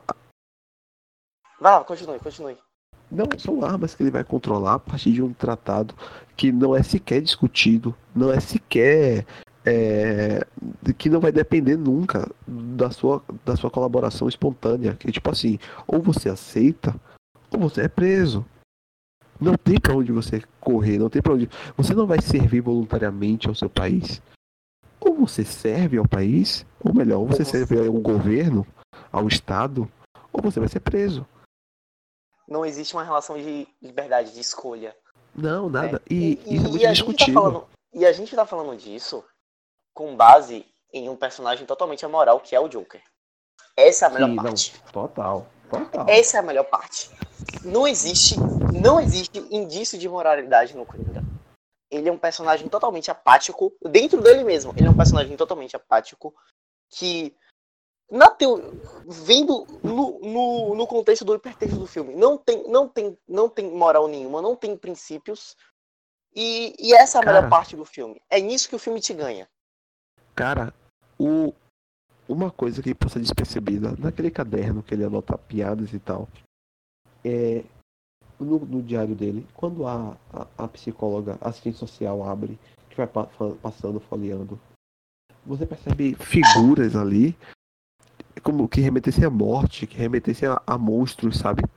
Vai lá, continue, continue. Não, são armas que ele vai controlar a partir de um tratado que não é sequer discutido, não é sequer. É, que não vai depender nunca da sua, da sua colaboração espontânea. Que tipo assim, ou você aceita, ou você é preso. Não tem pra onde você correr, não tem pra onde. Você não vai servir voluntariamente ao seu país. Ou você serve ao país, ou melhor, ou você, Ou você- serve ao governo, ao Estado, ou você vai ser preso. Não existe uma relação de liberdade de escolha. Não, Né? nada. E, E, isso é e- muito e a gente tá discutível. falando, e a gente tá falando disso com base em um personagem totalmente amoral, que é o Joker. Essa é a melhor Sim, parte. não. Total. Total. Essa é a melhor parte. Não existe, não existe indício de moralidade no Coringa. Ele é um personagem totalmente apático, dentro dele mesmo. Ele é um personagem totalmente apático que, na teo... vendo no, no, no contexto do hipertexto do filme, não tem, não, tem, não tem moral nenhuma, não tem princípios. E, e essa é a Cara, melhor parte do filme. É nisso que o filme te ganha. Cara, o, uma coisa que passa despercebida naquele caderno que ele anota piadas e tal, é no, no diário dele, quando a, a, a psicóloga, a assistente social abre, que vai pa, passando, folheando, você percebe figuras ali como que remetessem à morte, que remetessem a, a monstros, sabe?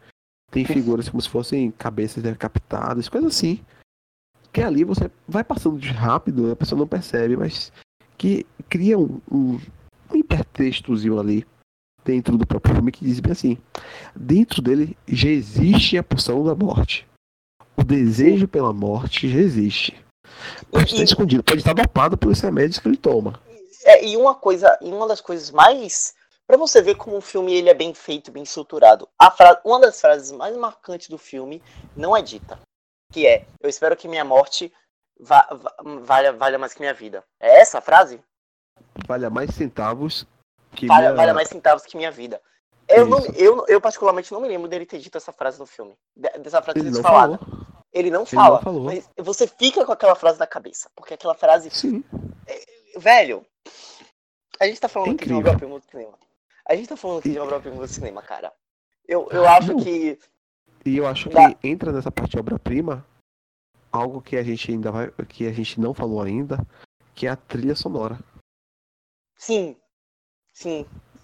tem figuras como se fossem cabeças decapitadas, coisas assim. Que ali você vai passando de rápido, a pessoa não percebe, mas que cria um, um, um hipertextozinho ali dentro do próprio filme que diz bem assim: dentro dele já existe a pulsão da morte. O desejo pela morte já existe. Pode estar escondido, pode estar dopado pelos remédios que ele toma. É, e uma coisa, e uma das coisas mais, pra você ver como o filme ele é bem feito, bem estruturado, a fra... uma das frases mais marcantes do filme não é dita, que é: eu espero que minha morte va... Va... valha, valha mais que minha vida. É essa a frase? Valha mais centavos que valha, minha... valha mais centavos que minha vida. Eu, não, eu, eu particularmente não me lembro dele ter dito essa frase no filme, dessa frase ele ter não falada. falou. Ele não Ele fala, não falou. mas você fica com aquela frase na cabeça, porque aquela frase, sim, é, velho, a gente tá falando é aqui de uma incrível. obra-prima do cinema. A gente tá falando aqui de uma obra-prima do cinema, cara. Eu, eu acho Não. que... E eu acho da... que entra nessa parte de obra-prima algo que a gente ainda vai, que a gente não falou ainda, que é a trilha sonora. Sim, sim.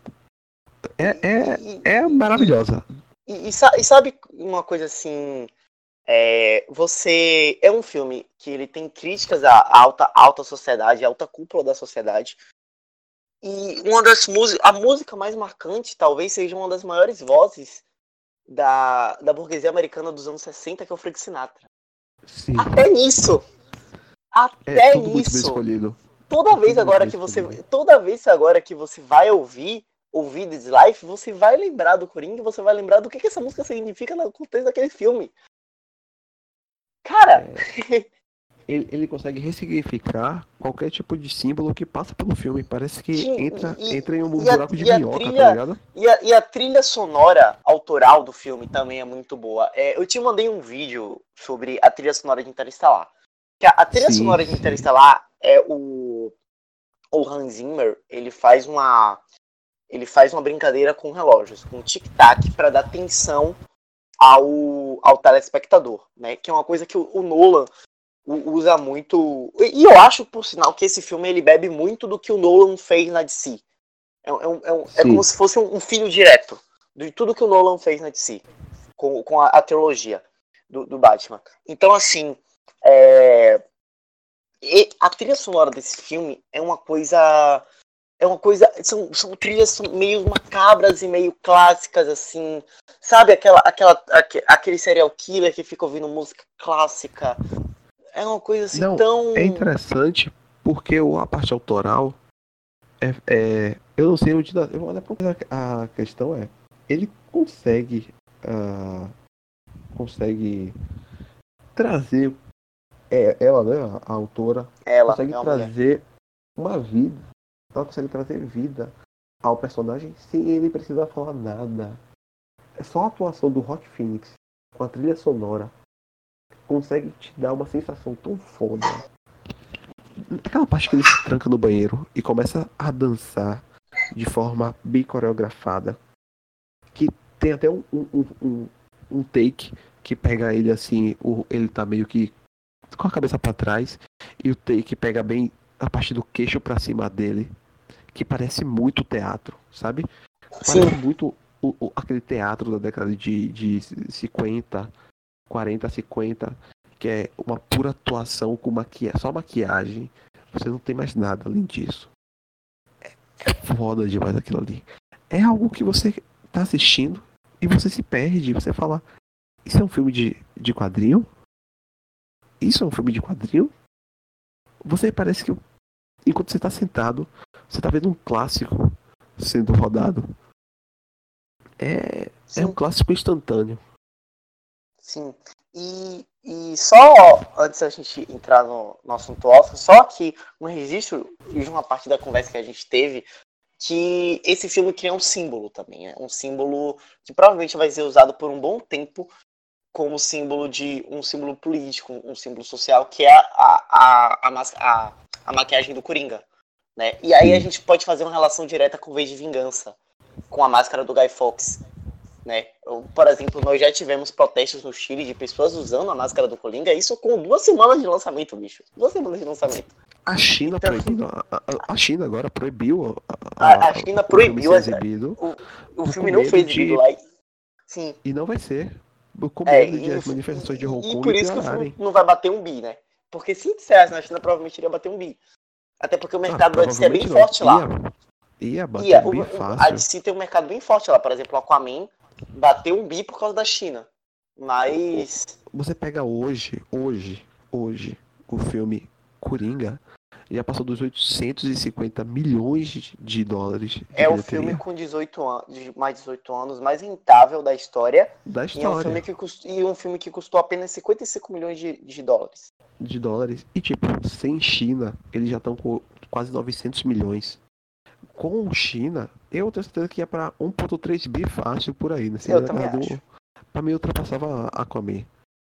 É, é, E, é maravilhosa. E, e, e sabe uma coisa assim... É, você... É um filme que ele tem críticas à alta, alta sociedade, à alta cúpula da sociedade. E uma das músicas... A música mais marcante talvez seja uma das maiores vozes da, da burguesia americana dos anos sessenta, que é o Frank Sinatra. Sim. Até nisso. Até é tudo muito bem nisso. escolhido. Toda É vez tudo agora muito que bem você, escolhido. toda vez agora que você vai ouvir, ouvir This Life, você vai lembrar do Coringa, você vai lembrar do que, que essa música significa no contexto daquele filme. Cara, É, ele, ele consegue ressignificar qualquer tipo de símbolo que passa pelo filme. Parece que sim, entra, e, entra em um e, a, buraco de e a minhoca, trilha, tá ligado? e a, e a trilha sonora autoral do filme também é muito boa. É, eu te mandei um vídeo sobre a trilha sonora de Interestelar. Que a, a trilha Sim, sonora de sim. Interestelar é o o Hans Zimmer, ele faz uma ele faz uma brincadeira com relógios, com tic-tac, para dar atenção ao, ao telespectador, né? Que é uma coisa que o, o Nolan usa muito. E eu acho, por sinal, que esse filme ele bebe muito do que o Nolan fez na D C. É, é, um, é, um, é como se fosse um, um filho direto de tudo que o Nolan fez na D C, com, com a, a trilogia do, do Batman. Então, assim, é... e a trilha sonora desse filme é uma coisa. É uma coisa. São, são trilhas meio macabras e meio clássicas, assim. Sabe aquela, aquela, aquele serial killer que fica ouvindo música clássica? É uma coisa assim Não, tão. é interessante porque a parte autoral é, é eu não sei onde eu vou olhar pra... a questão é ele consegue uh, consegue trazer é, ela, né, a autora Ela, consegue é uma mulher. trazer uma vida, ela consegue trazer vida ao personagem sem ele precisar falar nada. É só a atuação do Rock Phoenix com a trilha sonora consegue te dar uma sensação tão foda. Aquela parte que ele se tranca no banheiro e começa a dançar de forma bem coreografada, que tem até um, um, um, um take que pega ele assim, o, ele tá meio que com a cabeça para trás e o take pega bem a parte do queixo para cima dele, que parece muito teatro, sabe? Parece Sim. muito o, o, aquele teatro da década de, de cinquenta, quarenta, cinquenta, que é uma pura atuação com maquiagem, só maquiagem. Você não tem mais nada além disso. É, é foda demais aquilo ali. É algo que você tá assistindo e você se perde. Você fala, isso é um filme de, de quadrinho? Isso é um filme de quadrinho? Você parece que, enquanto você tá sentado, você tá vendo um clássico sendo rodado. É, é um clássico instantâneo. Sim. E, e só antes da gente entrar no, no assunto Oscar, só que um registro de uma parte da conversa que a gente teve, que esse filme cria um símbolo também, né? Um símbolo que provavelmente vai ser usado por um bom tempo como símbolo de um símbolo político, um símbolo social, que é a, a, a, a, a maquiagem do Coringa, né? E aí a gente pode fazer uma relação direta com o V de Vingança, com a máscara do Guy Fawkes, né? Por exemplo, nós já tivemos protestos no Chile de pessoas usando a máscara do Coringa, isso com duas semanas de lançamento, bicho. Duas semanas de lançamento. A China então, proibiu, a, a China agora proibiu a, a, a China o proibiu filme ser exibido. o, o por filme não foi exibido de... lá. Sim. E não vai ser. Com É, medo de e, as manifestações de Hong e, e Kong por isso que o filme piorarem. não vai bater um bi, né? Porque se estreasse na China, provavelmente iria bater um bi. Até porque o Ah, mercado da D C é bem provavelmente não. forte Ia, lá. ia bater Ia, um o, bi o- a fácil. D C tem um mercado bem forte lá. Por exemplo, o Aquaman bateu um bi por causa da China. Mas Você pega hoje, hoje, hoje, o filme Coringa já passou dos oitocentos e cinquenta milhões de dólares de é o filme bilheteria com dezoito anos, de mais dezoito anos, mais rentável da história. da E é um filme história que, cust, e um filme que custou apenas cinquenta e cinco milhões de, de dólares. de dólares. E tipo, sem China, eles já estão com quase novecentos milhões. Com China, eu tenho certeza que ia pra um ponto três bi fácil por aí, né? Eu Seria também acho. ganhador. Pra mim, ultrapassava Aquaman.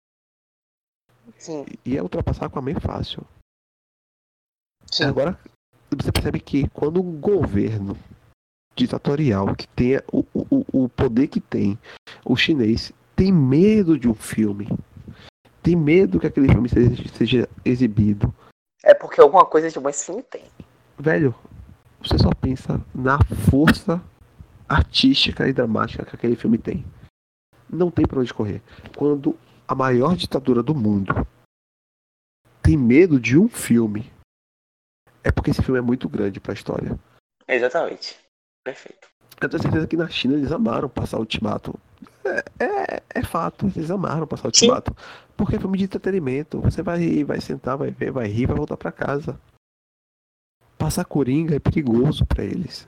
Sim, Ia ultrapassar Aquaman fácil. sim. Agora, você percebe que quando um governo ditatorial que tenha o, o, o poder que tem, o chinês, tem medo de um filme, tem medo que aquele filme seja, seja exibido, É porque alguma coisa de bom esse filme tem. velho, você só pensa na força artística e dramática que aquele filme tem. Não tem pra onde correr. Quando a maior ditadura do mundo tem medo de um filme, é porque esse filme é muito grande pra história. Exatamente. Perfeito. Eu tenho certeza que na China eles amaram passar Ultimato. É, é, é fato, eles amaram passar Sim. Ultimato. Porque é filme de entretenimento. Você vai rir, vai sentar, vai ver, vai rir, vai voltar pra casa. Passar Coringa é perigoso pra eles.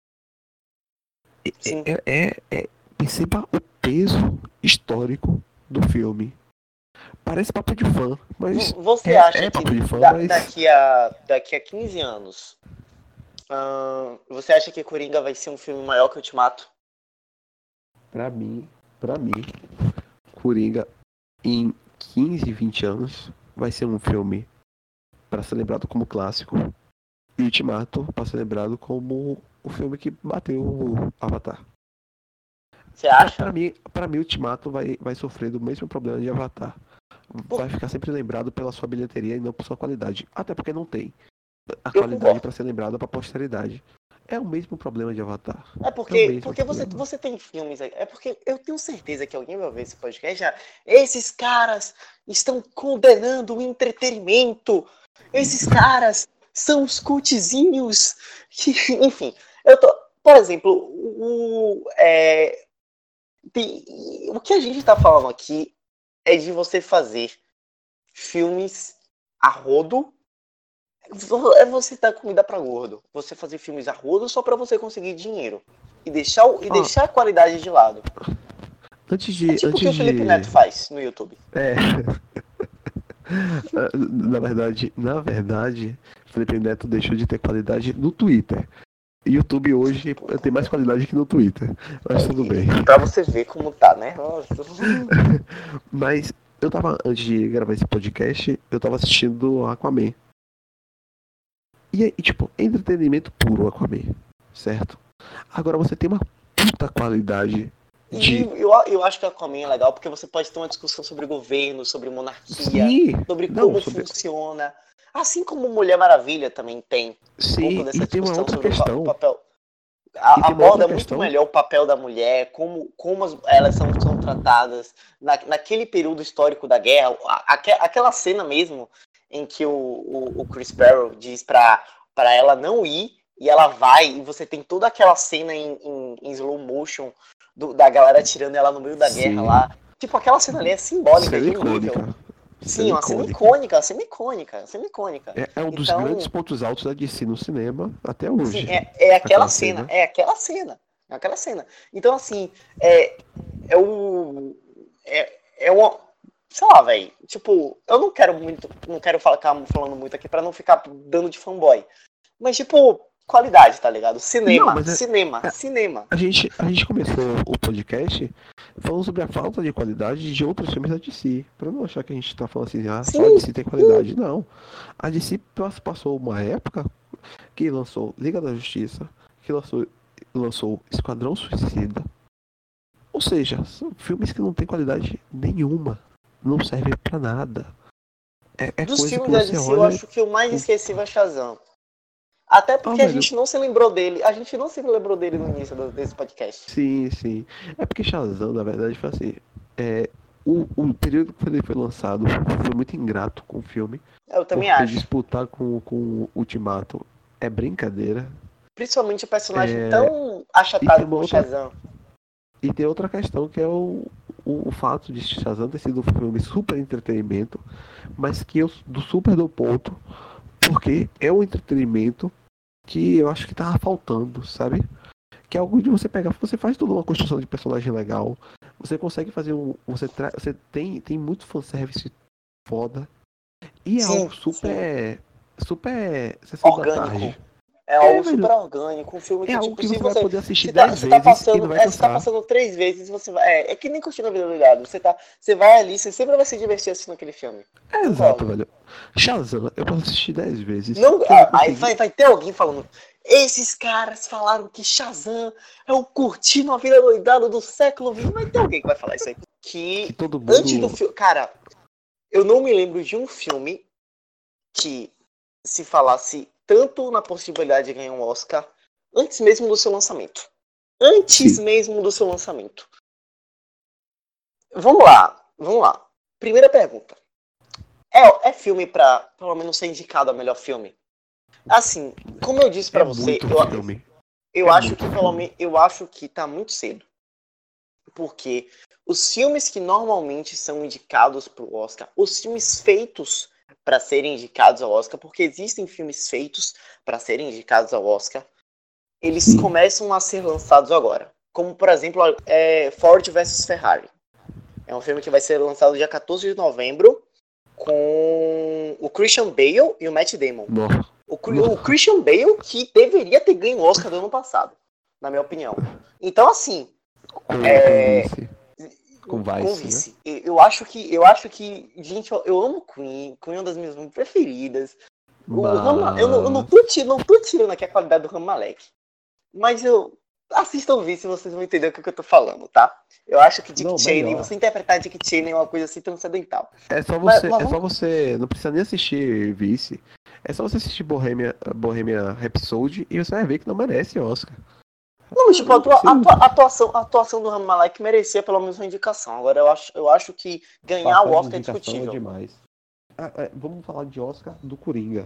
Sim. É, é, é, perceba o peso histórico do filme. Parece papo de fã, mas Você é, acha é que papo de fã, da, mas daqui, a, daqui a quinze anos, hum, você acha que Coringa vai ser um filme maior que Ultimato? pra mim, pra mim, Coringa em quinze, vinte anos vai ser um filme pra ser lembrado como clássico. E Ultimato pra ser lembrado como o filme que bateu o Avatar. Você Pra, acha? pra mim, pra mim, Ultimato vai, vai sofrer do mesmo problema de Avatar. Por- Vai ficar sempre lembrado pela sua bilheteria e não por sua qualidade. Até porque não tem a Eu qualidade concordo. pra ser lembrada pra posteridade. É o mesmo problema de Avatar. É É o porque, mesmo porque você, problema. você tem filmes aí. É porque eu tenho certeza que alguém vai ver esse podcast já. Esses caras estão condenando o entretenimento. Esses caras são os cultizinhos. Que, enfim, eu tô. Por exemplo, o, é, tem- o que a gente tá falando aqui é de você fazer filmes a rodo. É você dar comida pra gordo. Você fazer filmes a rodo só pra você conseguir dinheiro. E deixar, o- e Ó, deixar a qualidade de lado. antes É de. tipo o que o Antes Felipe de. Neto faz no YouTube. É. Na verdade, na verdade, Felipe Neto deixou de ter qualidade no Twitter. YouTube hoje tem mais qualidade que no Twitter. Mas tudo bem. Pra você ver como tá, né? Mas eu tava, antes de gravar esse podcast, eu tava assistindo Aquaman. E aí, tipo, é entretenimento puro Aquaman, certo? Agora você tem uma puta qualidade E de. eu, eu acho que a Aquaman é legal porque você pode ter uma discussão sobre governo, sobre monarquia, Sim! sobre Não, como sobre. funciona. Assim como Mulher Maravilha também tem um pouco Sim, dessa e tem uma discussão outra sobre o, pa- o questão. papel. E A- tem uma outra aborda muito questão. melhor o papel da mulher, como, como as- elas são, são tratadas na, naquele período histórico da guerra. A- aque- aquela cena mesmo em que o, o, o Chris Barrow diz pra, pra ela não ir e ela vai, e você tem toda aquela cena em, em, em slow motion do- da galera tirando ela no meio da guerra Sim, lá. Tipo, aquela cena ali é simbólica cena de um nível. icônica. Sim, Cena uma cena icônica. icônica, uma cena icônica, uma cena icônica. É, é um dos grandes Então, pontos altos da D C no cinema até sim, hoje. é, é aquela Aquela cena, cena. é aquela cena, é aquela cena. Então, assim, é, é o. É, é uma. Sei lá, velho. Tipo, eu não quero muito. Não quero falar falando muito aqui pra não ficar dando de fanboy. Mas, tipo, qualidade, tá ligado? Não, Cinema, mas é, cinema, é- cinema. a, gente, a gente começou o podcast falando sobre a falta de qualidade de outros filmes da D C. Pra não achar que a gente tá falando assim, ah, só a Sim, D C tem sim. qualidade. Não. A D C passou uma época que lançou Liga da Justiça, que lançou, lançou Esquadrão Suicida. Ou seja, são filmes que não tem qualidade nenhuma. Não servem pra nada. É, é Dos coisa que filmes da você D C, eu olha. acho que o mais esquecível é Shazam. Até Ah, porque a velho, gente não se lembrou dele. A gente não se lembrou dele no início do- desse podcast. sim, sim. É porque Shazam, na verdade, foi assim. É, o, o período que ele foi lançado foi muito ingrato com o filme. Eu também Porque acho. disputar com, com o Ultimato é brincadeira. Principalmente o personagem É, tão e tem achatado uma como outra, Shazam. e tem outra questão que é o, o, o fato de Shazam ter sido um filme super entretenimento, mas que eu do super do ponto, porque é um entretenimento que eu acho que tava faltando, sabe? Que é algo de você pegar, você faz toda uma construção de personagem legal, você consegue fazer um. Você, tra, você tem, tem muito fanservice foda, e é algo Sim, sim. super. Super. Sessão da Orgânico. tarde. É É, algo super velho. orgânico, um filme É que, algo tipo, que se você vai você. poder assistir Se tá, dez se tá vezes e não passando. vai É, se tá cansar. passando três vezes, você vai. É, é que nem curtindo a vida do ligado. Você tá. Você vai ali, você sempre vai se divertir assistindo aquele filme. É exato, Concordo. velho. Shazam, eu posso assistir dez vezes, Não, que eu vou ah, aí conseguir. vai, vai ter alguém falando. Esses caras falaram que Shazam é o curtindo a vida doidada do século vinte. Vai ter alguém que vai falar isso aí. Que Que todo antes do mundo. filme. Cara, eu não me lembro de um filme que se falasse tanto na possibilidade de ganhar um Oscar antes mesmo do seu lançamento. Antes Sim. mesmo do seu lançamento. Vamos lá, vamos lá. Primeira pergunta. É, é filme pra, pelo menos, ser indicado a melhor filme? Assim, como eu disse É pra você, muito eu, filme. eu É acho muito que pelo filme. menos, eu acho que tá muito cedo. Porque os filmes que normalmente são indicados pro Oscar, os filmes feitos para serem indicados ao Oscar, porque existem filmes feitos para serem indicados ao Oscar, eles Sim. começam a ser lançados agora. Como, por exemplo, é Ford versus Ferrari. É um filme que vai ser lançado dia quatorze de novembro com o Christian Bale e o Matt Damon. No, O, o no, Christian Bale que deveria ter ganho o Oscar do ano passado, na minha opinião. Então, assim, com, com é, vice. Com com Vice, né? vice. Eu acho que, eu acho que, gente, eu, eu amo Queen. Queen é uma das minhas músicas preferidas. O Rama, eu, não, eu não, Mas. tô tirando, não tô tirando aqui a qualidade do Rami Malek. Mas eu. Assistam o Vice e vocês vão entender o que eu tô falando, tá? Eu acho que Dick Não, Cheney, melhor. você interpretar Dick Cheney é uma coisa assim transcendental. É só Mas, você. mas É só vamos. você. Não precisa nem assistir Vice. É só você assistir Bohemia, Bohemia Rhapsody e você vai ver que não merece Oscar. Não, Não, tipo, a, não atua, precisa atua, atuação, a atuação do Rami Malek merecia pelo menos uma indicação. Agora, eu acho, eu acho que ganhar o passar de Oscar é indicação é discutível. demais. Ah, é, vamos falar de Oscar do Coringa.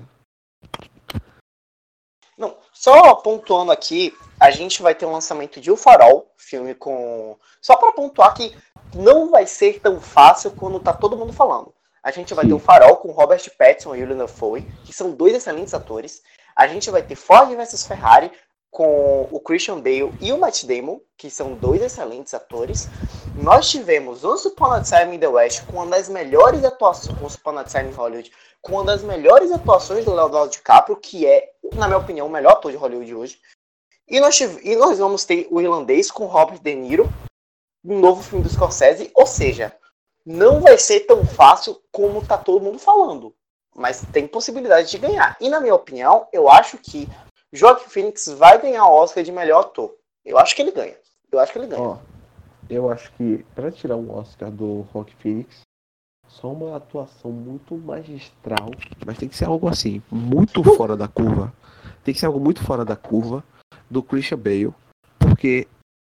Não, só pontuando aqui, a gente vai ter um lançamento de O Farol, filme com. Só para pontuar que não vai ser tão fácil quando tá todo mundo falando. A gente vai ter O Sim. Farol com Robert Pattinson e William Dafoe, que são dois excelentes atores. A gente vai ter Ford versus Ferrari com o Christian Bale e o Matt Damon, que são dois excelentes atores. Nós tivemos Once Upon a Time in the West com uma das melhores atuações, Once Upon a Time in Hollywood, com uma das melhores atuações do Leonardo DiCaprio, que é, na minha opinião, o melhor ator de Hollywood hoje. E nós, e nós vamos ter o Irlandês com Robert De Niro, um novo filme do Scorsese, ou seja, não vai ser tão fácil como tá todo mundo falando, mas tem possibilidade de ganhar. E na minha opinião, eu acho que Joaquin Phoenix vai ganhar o Oscar de melhor ator. Eu acho que ele ganha. Eu acho que ele ganha. Ó, eu acho que pra tirar um Oscar do Rock Phoenix, só uma atuação muito magistral, mas tem que ser algo assim, muito fora da curva. Tem que ser algo muito fora da curva do Christian Bale, porque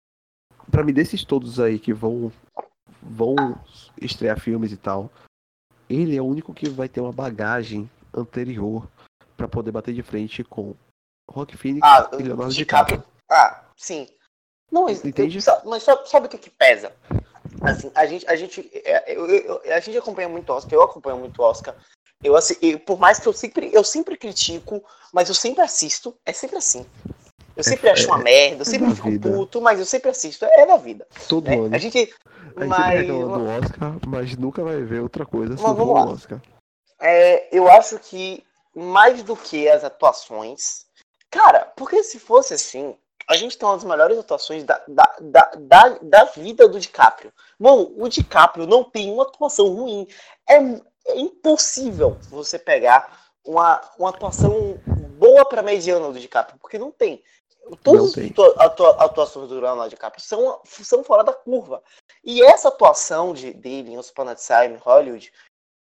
pra mim desses todos aí que vão vão estrear filmes e tal, ele é o único que vai ter uma bagagem anterior pra poder bater de frente com Rock Phoenix Ah, e Leonardo DiCaprio. DiCaprio. Ah, sim. Não, mas, eu, Entende? mas sabe, sabe o que, que pesa? Assim, a gente, a gente, é, eu, eu, a gente acompanha muito Oscar, eu acompanho muito Oscar. Eu, assim, eu, por mais que eu sempre, eu sempre critico, mas eu sempre assisto. É sempre assim. Eu sempre É, acho uma é, merda, eu é sempre da fico vida. puto, mas eu sempre assisto. É da vida. Todo Né? A ano. gente. A gente sempre Mas, reclama do Oscar, mas nunca vai ver outra coisa se mas não vamos for o lá. Oscar. É, eu acho que mais do que as atuações. Cara, porque se fosse assim, a gente tem uma das melhores atuações da, da, da, da, da vida do DiCaprio. Mano, o DiCaprio não tem uma atuação ruim. É, é impossível você pegar uma, uma atuação boa pra mediana do DiCaprio, porque não tem. Não Todas tem. as atua, atuações do Leonardo DiCaprio são, são fora da curva. E essa atuação de, dele em Once Upon a Time em Hollywood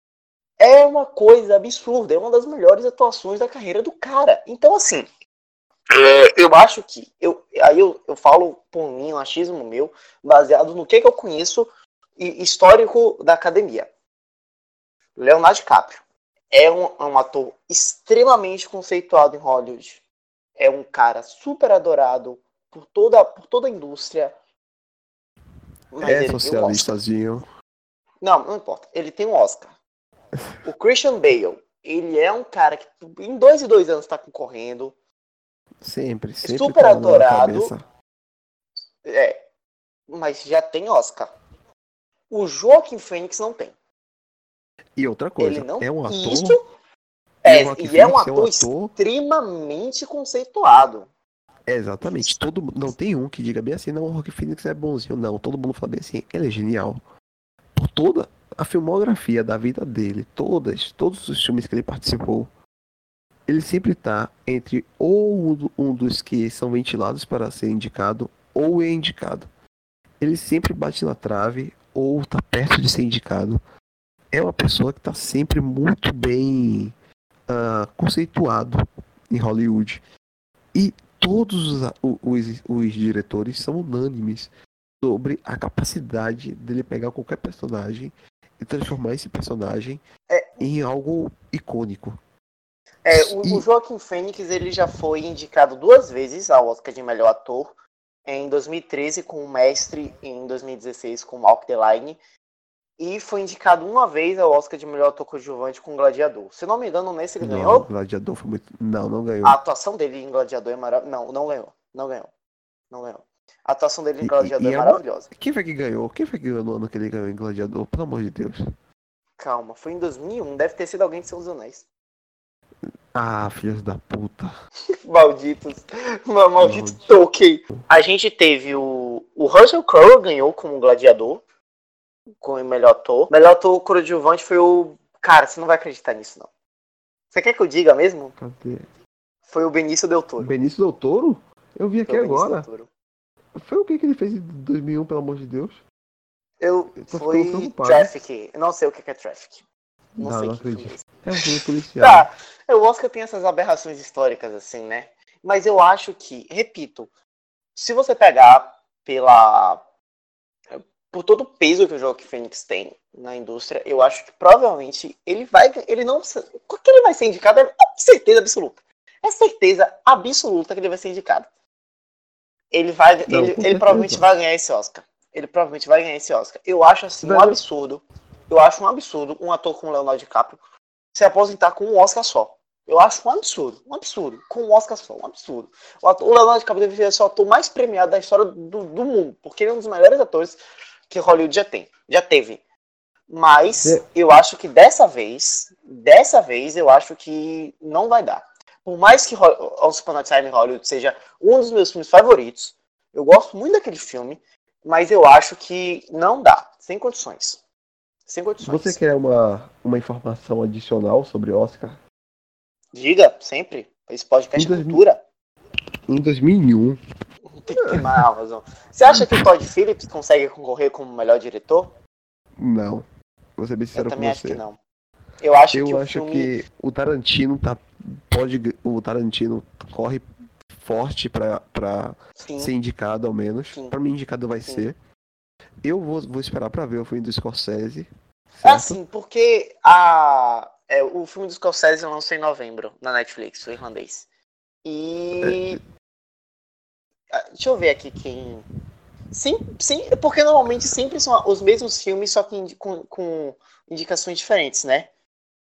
é uma coisa absurda, é uma das melhores atuações da carreira do cara. Então, assim, é, eu acho que, eu, aí eu, eu falo por mim, um achismo meu, baseado no que, que eu conheço histórico da academia. Leonardo DiCaprio é um, um ator extremamente conceituado em Hollywood. É um cara super adorado por toda, por toda a indústria. Mas É ele tem um Oscar. socialistazinho. Não, não importa. Ele tem um Oscar. O Christian Bale, ele é um cara que em dois e dois anos está concorrendo. Sempre, sempre Super tá na adorado. cabeça. É, mas já tem Oscar. O Joaquin Phoenix não tem. E outra coisa, Ele não... é um ator... Isso e é, o Joaquin e é um Phoenix é ator, um ator... extremamente conceituado. É, exatamente. Todo, não tem um que diga bem assim, não, o Joaquin Phoenix é bonzinho. Não, todo mundo fala bem assim, ele é genial. Por toda a filmografia da vida dele, todas, todos os filmes que ele participou, ele sempre tá entre ou um, um dos que são ventilados para ser indicado, ou é indicado. Ele sempre bate na trave, ou tá perto de ser indicado. É uma pessoa que tá sempre muito bem uh, conceituado em Hollywood. E todos os, os, os diretores são unânimes sobre a capacidade dele pegar qualquer personagem e transformar esse personagem É, em algo icônico. é o, E... o Joaquin Phoenix ele já foi indicado duas vezes ao Oscar de melhor ator. Em dois mil e treze com o Mestre e em dois mil e dezesseis com Walk the Line. E foi indicado uma vez ao Oscar de melhor ator coadjuvante com Gladiador. Se não me engano, nesse ele não, ganhou. Gladiador foi muito... Não, não ganhou. A atuação dele em Gladiador é maravilhosa. Não, não ganhou. Não ganhou. Não ganhou. A atuação dele em Gladiador e, e é é maravilhosa. Uma... Quem foi que ganhou? Quem foi que ganhou no ano que ele ganhou em Gladiador? Pelo amor de Deus. Calma, foi em dois mil e um. Deve ter sido alguém de Seus Anéis. Ah, filhos da puta. Malditos. Maldito Tolkien. A gente teve o... O Russell Crowe ganhou como Gladiador. Com o melhor ator. O melhor ator coadjuvante foi o... Cara, você não vai acreditar nisso, não. Você quer que eu diga mesmo? Cadê? Foi o Benício Del Toro. Benício Del Toro? Eu vi aqui Foi agora. Foi o que, que ele fez em dois mil e um, pelo amor de Deus? Eu... Eu tô Foi Traffic. Eu não sei o que é Traffic. Não, não, sei não que filme acredito. é É um filme policial. Tá, o Oscar tem essas aberrações históricas, assim, né? Mas eu acho que, repito, se você pegar pela... por todo o peso que o Joaquin Phoenix tem na indústria, eu acho que provavelmente ele vai... Ele não... O que ele vai ser indicado é certeza absoluta. É certeza absoluta que ele vai ser indicado. Ele vai... Não, ele, ele provavelmente vai ganhar esse Oscar. Ele provavelmente vai ganhar esse Oscar. Eu acho, assim, um Velho. absurdo. Eu acho um absurdo um ator como Leonardo DiCaprio se aposentar com um Oscar só. Eu acho um absurdo, um absurdo, com um Oscar só, um absurdo. O, ator, o Leonardo DiCaprio deveria ser o ator mais premiado da história do, do mundo, porque ele é um dos melhores atores que Hollywood já tem, já teve. Mas é. eu acho que dessa vez, dessa vez eu acho que não vai dar. Por mais que Once Upon a Time in Hollywood seja um dos meus filmes favoritos, eu gosto muito daquele filme, mas eu acho que não dá, sem condições. Sem condições. Você quer uma, uma informação adicional sobre Oscar? Diga, sempre. Esse podcast é cultura. Em dois mil e um. Tem que ter mais razão. Você acha que o Todd Phillips consegue concorrer como melhor diretor? Não. Vou ser bem sincero com você. Eu também acho que não. Eu acho Eu que o acho filme... que o Tarantino tá... Pode... O Tarantino corre forte pra, pra ser indicado, ao menos. Sim. Pra mim, indicado vai Sim. ser. Eu vou, vou esperar pra ver o filme do Scorsese. Certo? É assim, porque a, é, o filme do Scorsese lançou em novembro na Netflix, o irlandês. E... É. Deixa eu ver aqui quem... Sim, sim, porque normalmente sempre são os mesmos filmes, só que com, com indicações diferentes, né?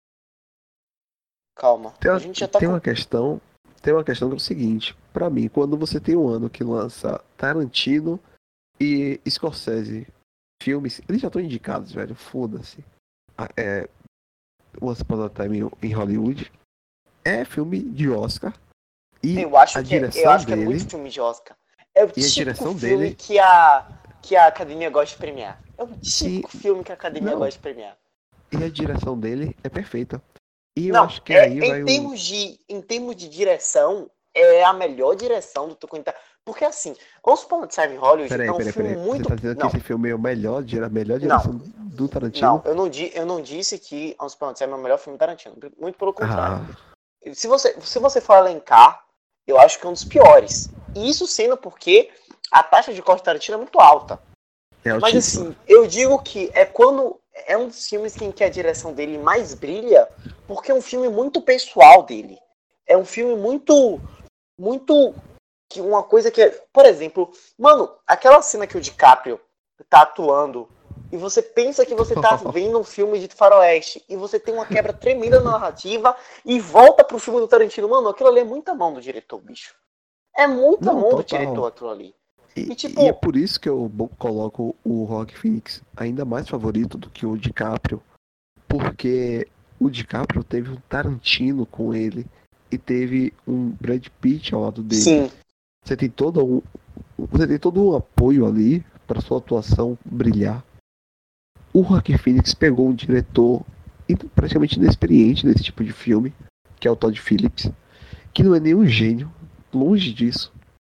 Calma. Tem, uma, a gente já tá tem com... uma questão... Tem uma questão que é o seguinte. Pra mim, quando você tem um ano que lança Tarantino e Scorsese filmes, eles já estão indicados, velho. Foda-se. É, Once Upon a Time em Hollywood é filme de Oscar. E eu acho, a que, direção eu acho dele, que é muito filme de Oscar. É o e a típico direção filme dele, que, a, que a academia gosta de premiar. É o típico e, filme que a academia não, gosta de premiar. E a direção dele é perfeita. E eu não, acho que é, aí em vai termos um... de Em termos de direção, é a melhor direção do Tucunita. Porque assim, Once Upon a Time in Hollywood peraí, é um peraí, filme peraí. muito... Você tá dizendo não. que esse filme é o melhor, a melhor direção não. do Tarantino? Não, eu não, di, eu não disse que Once Upon a Time é o melhor filme do Tarantino. Muito pelo contrário. Ah. Se, você, se você for elencar, eu acho que é um dos piores. E isso sendo porque a taxa de corte do Tarantino é muito alta. É Mas altíssima. assim, eu digo que é quando é um dos filmes em que a direção dele mais brilha, porque é um filme muito pessoal dele. É um filme muito, muito que uma coisa que, é, por exemplo, mano, aquela cena que o DiCaprio tá atuando e você pensa que você tá vendo um filme de faroeste e você tem uma quebra tremenda na narrativa e volta pro filme do Tarantino, mano, aquilo ali é muita mão do diretor, bicho. É muita Não, mão do diretor total. aquilo ali. E, E e é tipo, por isso que eu bo- coloco o Joaquin Phoenix ainda mais favorito do que o DiCaprio, porque o DiCaprio teve um Tarantino com ele e teve um Brad Pitt ao lado dele. sim, Você tem todo um, você tem todo um apoio ali para sua atuação brilhar. O Joaquin Phoenix pegou um diretor praticamente inexperiente nesse tipo de filme, que é o Todd Phillips, que não é nenhum gênio, longe disso.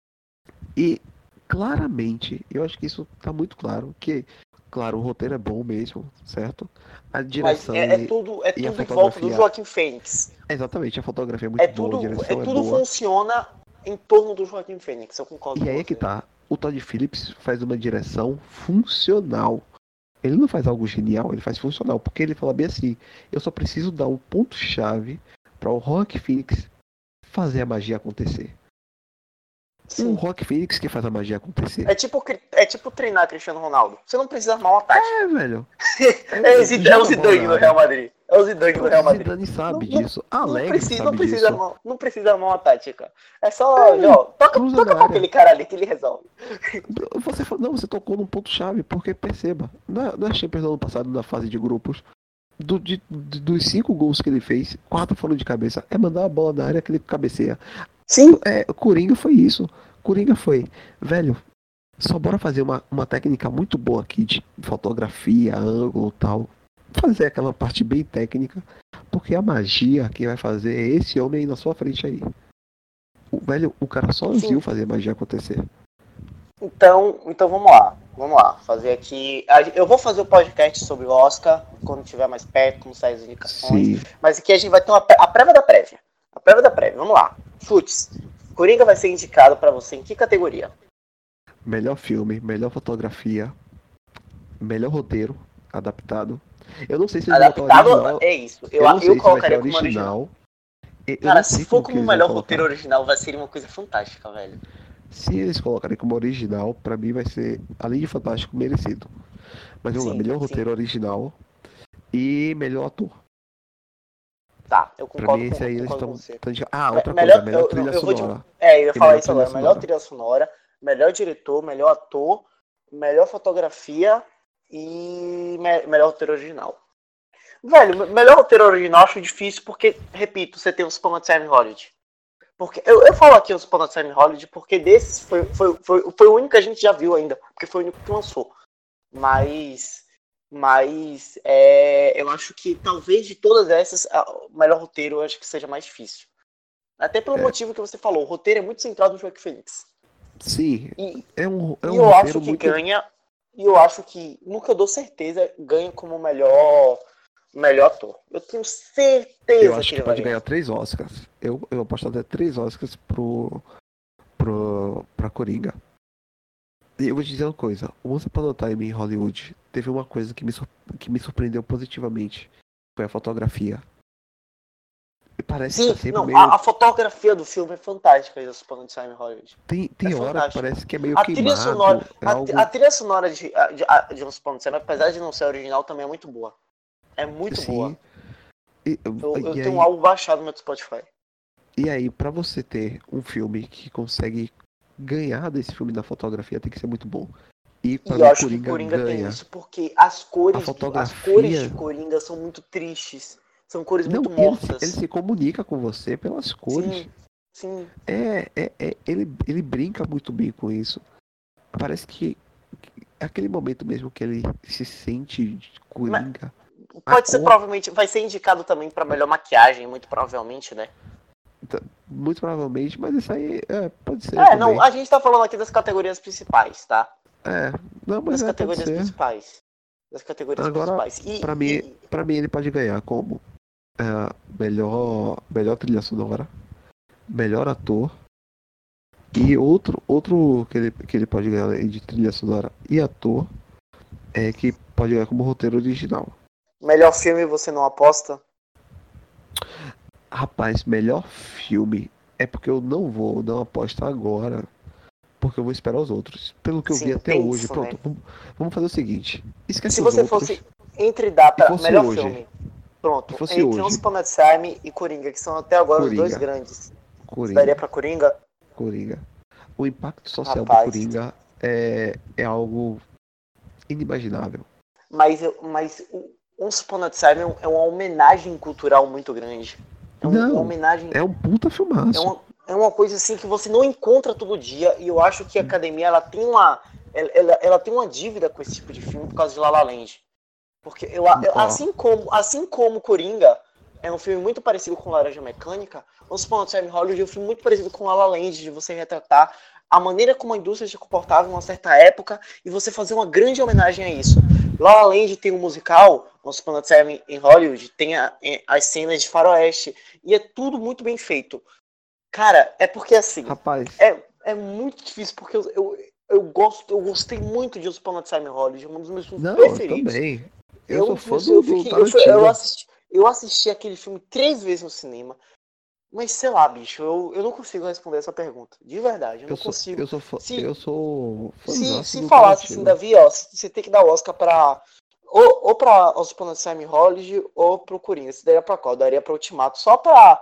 E claramente, eu acho que isso tá muito claro, que, claro, o roteiro é bom mesmo, certo? A mas direção é, é e, tudo é e a tudo em volta do fotografia, Joaquim Fênix. exatamente, a fotografia é É muito boa, a tudo, é direção é tudo boa. funciona em torno do Joaquim Fênix, eu concordo E com aí é que você. tá, o Todd Phillips faz uma direção funcional. Ele não faz algo genial, ele faz funcional, porque ele fala bem assim, eu só preciso dar um ponto-chave para o Joaquin Phoenix fazer a magia acontecer. Um Sim. Joaquin Phoenix que faz a magia acontecer. É tipo, é tipo treinar Cristiano Ronaldo. Você não precisa armar uma tática. É, velho. É, o É, Zid- é o joga a bola Zidane na do Real área. Madrid. É o Zidane do Pronto, Real Madrid. Zidane Não, sabe não, disso. não Alegre precisa, não sabe precisa disso. armar, não precisa armar uma tática. É só, É, velho. ó, toca, Cruza toca na pra área. aquele cara ali que ele resolve. Você falou, não, você tocou num ponto-chave, porque perceba, na, na Champions do ano passado, na fase de grupos, do, de, de- dos cinco gols que ele fez, quatro foram de cabeça. É mandar a bola na área que ele cabeceia. Sim. É, Coringa foi isso. Coringa foi, velho, só bora fazer uma, uma técnica muito boa aqui de fotografia, ângulo e tal. Fazer aquela parte bem técnica, porque a magia que vai fazer é esse homem aí na sua frente aí. O velho, o cara sozinho Sim. fazer a magia acontecer. Então, então vamos lá. Vamos lá. Fazer aqui. Eu vou fazer o podcast sobre o Oscar quando estiver mais perto, como sair as indicações. Sim. Mas aqui a gente vai ter uma, a prévia da prévia. A prévia da prévia. Vamos lá. Chutes. Coringa vai ser indicado para você em que categoria? Melhor filme, melhor fotografia, melhor roteiro adaptado. Eu não sei se eles vão botar Adaptado original. é isso. Eu, Eu não eu sei se vai ser colocaria como original. original. Eu Cara, não se sei for como que como eles vão melhor roteiro colocar. original, vai ser uma coisa fantástica, velho. Se eles colocarem como original, pra mim vai ser, além de fantástico, merecido. Mas vamos lá, Sim, melhor sim. roteiro original e melhor ator. Tá, eu Pra mim, concordo com, esse aí eles concordo com estão. você. Ah, outra coisa, Melhor, melhor eu, trilha eu vou de. sonora. É, eu ia E falar melhor isso trilha agora. Melhor sonora. trilha sonora, melhor diretor, melhor ator, melhor fotografia e me, melhor roteiro original. Velho, melhor roteiro original eu acho difícil porque, repito, você tem o Spam Time Hollywood. Porque, eu, eu falo aqui o Spam Time Hollywood porque desses foi, foi, foi, foi o único que a gente já viu ainda, porque foi o único que lançou. Mas, mas é, eu acho que talvez de todas essas, o melhor roteiro eu acho que seja mais difícil. Até pelo É, motivo que você falou, o roteiro é muito centrado no Joaquim Phoenix. sim, E, é um, é e um eu acho roteiro que muito. ganha, e eu acho que, no que eu dou certeza, ganha como melhor, melhor ator. Eu tenho Eu certeza acho que que ele vai pode ganhar. ganhar três Oscars. Eu, eu aposto até três Oscars pro, pro, pra Coringa. E eu vou te dizer uma coisa. O Once Upon a Time em Hollywood teve uma coisa que me, sur- que me surpreendeu positivamente. Foi a fotografia. E parece que tá Sim, sempre não, a, meio. a fotografia do filme é fantástica, o Spam Time Hollywood. Tem, É tem hora que fantástico. parece que é meio A trilha sonora, queimado. É a, a algo. trilha sonora de, de, de Once Upon a Time, apesar de não ser original, também é muito boa. É muito boa. Assim. E, Eu, eu e tenho um aí, álbum baixado no meu Spotify. e aí, pra você ter um filme que consegue ganhar desse filme da fotografia, tem que ser muito bom. E pra E eu mim, acho que Coringa Coringa tem ganha. isso, porque as A cores, as cores de fotografia. Coringa são muito tristes. São cores Não, muito e ele se, ele mortas. se comunica com você pelas cores. Sim, sim. É, é, é, ele, ele brinca muito bem com isso. Parece que, que é aquele momento mesmo que ele se sente de Mas Coringa. A pode ser cor, provavelmente, vai ser indicado também pra melhor maquiagem, muito provavelmente, né? tá, muito provavelmente, mas isso aí é, pode ser É, não, também. a gente tá falando aqui das categorias principais, tá? É, não, mas Das é, pode categorias ser. principais. Das categorias Agora, principais. E, pra mim, e pra mim ele pode ganhar como é, melhor, melhor trilha sonora, melhor ator e outro, outro que ele, que ele pode ganhar de trilha sonora e ator é que pode ganhar como roteiro original. Melhor filme você não aposta? Rapaz, melhor filme é porque eu não vou dar uma aposta agora, porque eu vou esperar os outros. Pelo que eu vi Sim, até tem hoje, isso, né? pronto, vamos, vamos fazer o seguinte: Se esquece os você outros fosse entre dar e pra fosse melhor hoje. filme, E pronto, fosse entre Once hoje. Upon a Time e Coringa, que são até agora os dois Coringa. grandes, você daria Coringa. pra Coringa? Coringa. O impacto social do Rapaz, Coringa é, é algo inimaginável. mas, eu- mas o Once Upon a Time é um- é uma homenagem cultural muito grande. É um- uma Não, homenagem, é um puta é filmaço. uma, é uma coisa assim que você não encontra todo dia, e eu acho que a academia ela tem uma, ela, ela, ela tem uma dívida com esse tipo de filme por causa de La La Land. Porque eu, eu- Ó, assim como assim como Coringa é um filme muito parecido com Laranja Mecânica, Once Upon a Time in Hollywood é um filme muito parecido com La La Land, de você retratar a maneira como a indústria se comportava em uma certa época e você fazer uma grande homenagem a isso. La La Land tem um musical, Once Upon a Time in Hollywood tem a, as cenas de faroeste e é tudo muito bem feito. Cara, é porque assim, rapaz, é, é muito difícil porque eu, eu, eu gosto, eu gostei muito de Once Upon a Time in Hollywood, é um dos meus filmes não, eu preferidos. também. Eu Eu, sou fã eu do, do fiquei. Eu, fui- eu, Tarantino. assisti, eu assisti aquele filme três vezes no cinema. Mas sei lá, bicho, eu, eu não consigo responder essa pergunta. De verdade, eu Eu não sou, consigo. eu sou fã, Se, eu sou se, fãzaço se do falasse assim, Tarantino. Davi, ó, você tem que dar o Oscar pra. Ou, ou pra Os Upon a Time in Hollywood ou pro Coringa. Você daria pra qual? Eu daria pra Ultimato. Só pra.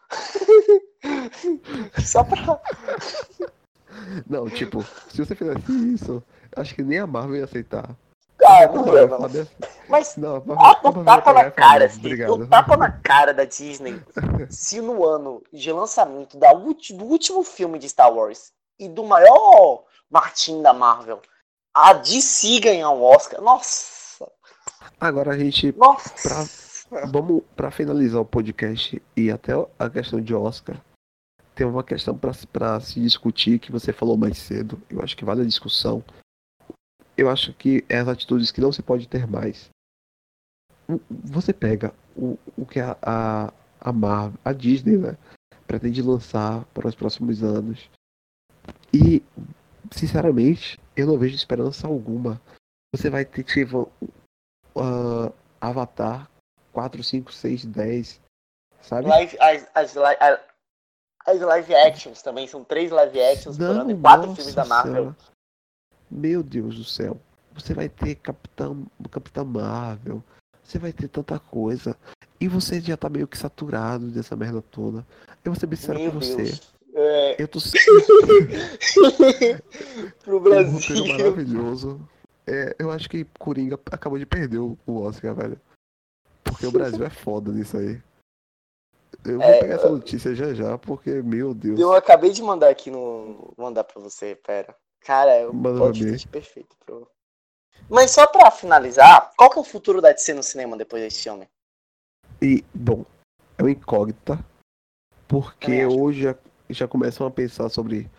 Só pra. Não, tipo, se você fizesse isso, acho que nem a Marvel ia aceitar. Porque Ah, até a não Marvel ia, ia não. falar bem assim. Mas Não, a Marvel, a- a o Marvel ia tapa na pegar e falar, cara, não, assim, o obrigado. tapa na cara da Disney, se no ano de lançamento da ulti- do último filme de Star Wars e do maior Martin da Marvel, a D C ganhar um Oscar, nossa, Agora a gente, pra, nossa. vamos, pra finalizar o podcast e até a questão de Oscar, tem uma questão pra, pra se discutir que você falou mais cedo. Eu acho que vale a discussão. Eu acho que é as atitudes que não se pode ter mais. O- Você pega o, o que a, a, a Marvel, a Disney, né, pretende lançar para os próximos anos. E, sinceramente, eu não vejo esperança alguma. Você vai ter, tipo, uh, Avatar quatro, cinco, seis, dez, sabe? Live, as, as, li- a- as live actions também, são três live actions por ano e Não, quatro filmes nossa da Marvel. senhora. Meu Deus do céu. Você vai ter Capitão, Capitão Marvel. Você vai ter tanta coisa. E você já tá meio que saturado dessa merda toda. Eu vou ser bem sincero com Meu você. Deus. É... Eu tô. Pro Um roteiro Brasil. maravilhoso. É, eu acho que Coringa acabou de perder o o Oscar, velho. Porque o Brasil é foda nisso aí. Eu vou pegar essa É, notícia já já, porque, meu eu Deus. acabei de mandar aqui no. Mandar pra você, pera. Cara, é o Manda pra plot mim. twist perfeito. Pro... Mas só pra finalizar, qual que é o futuro da D C no cinema depois desse filme? E, bom, é uma incógnita. Também Porque acho. hoje já, já começam a pensar sobre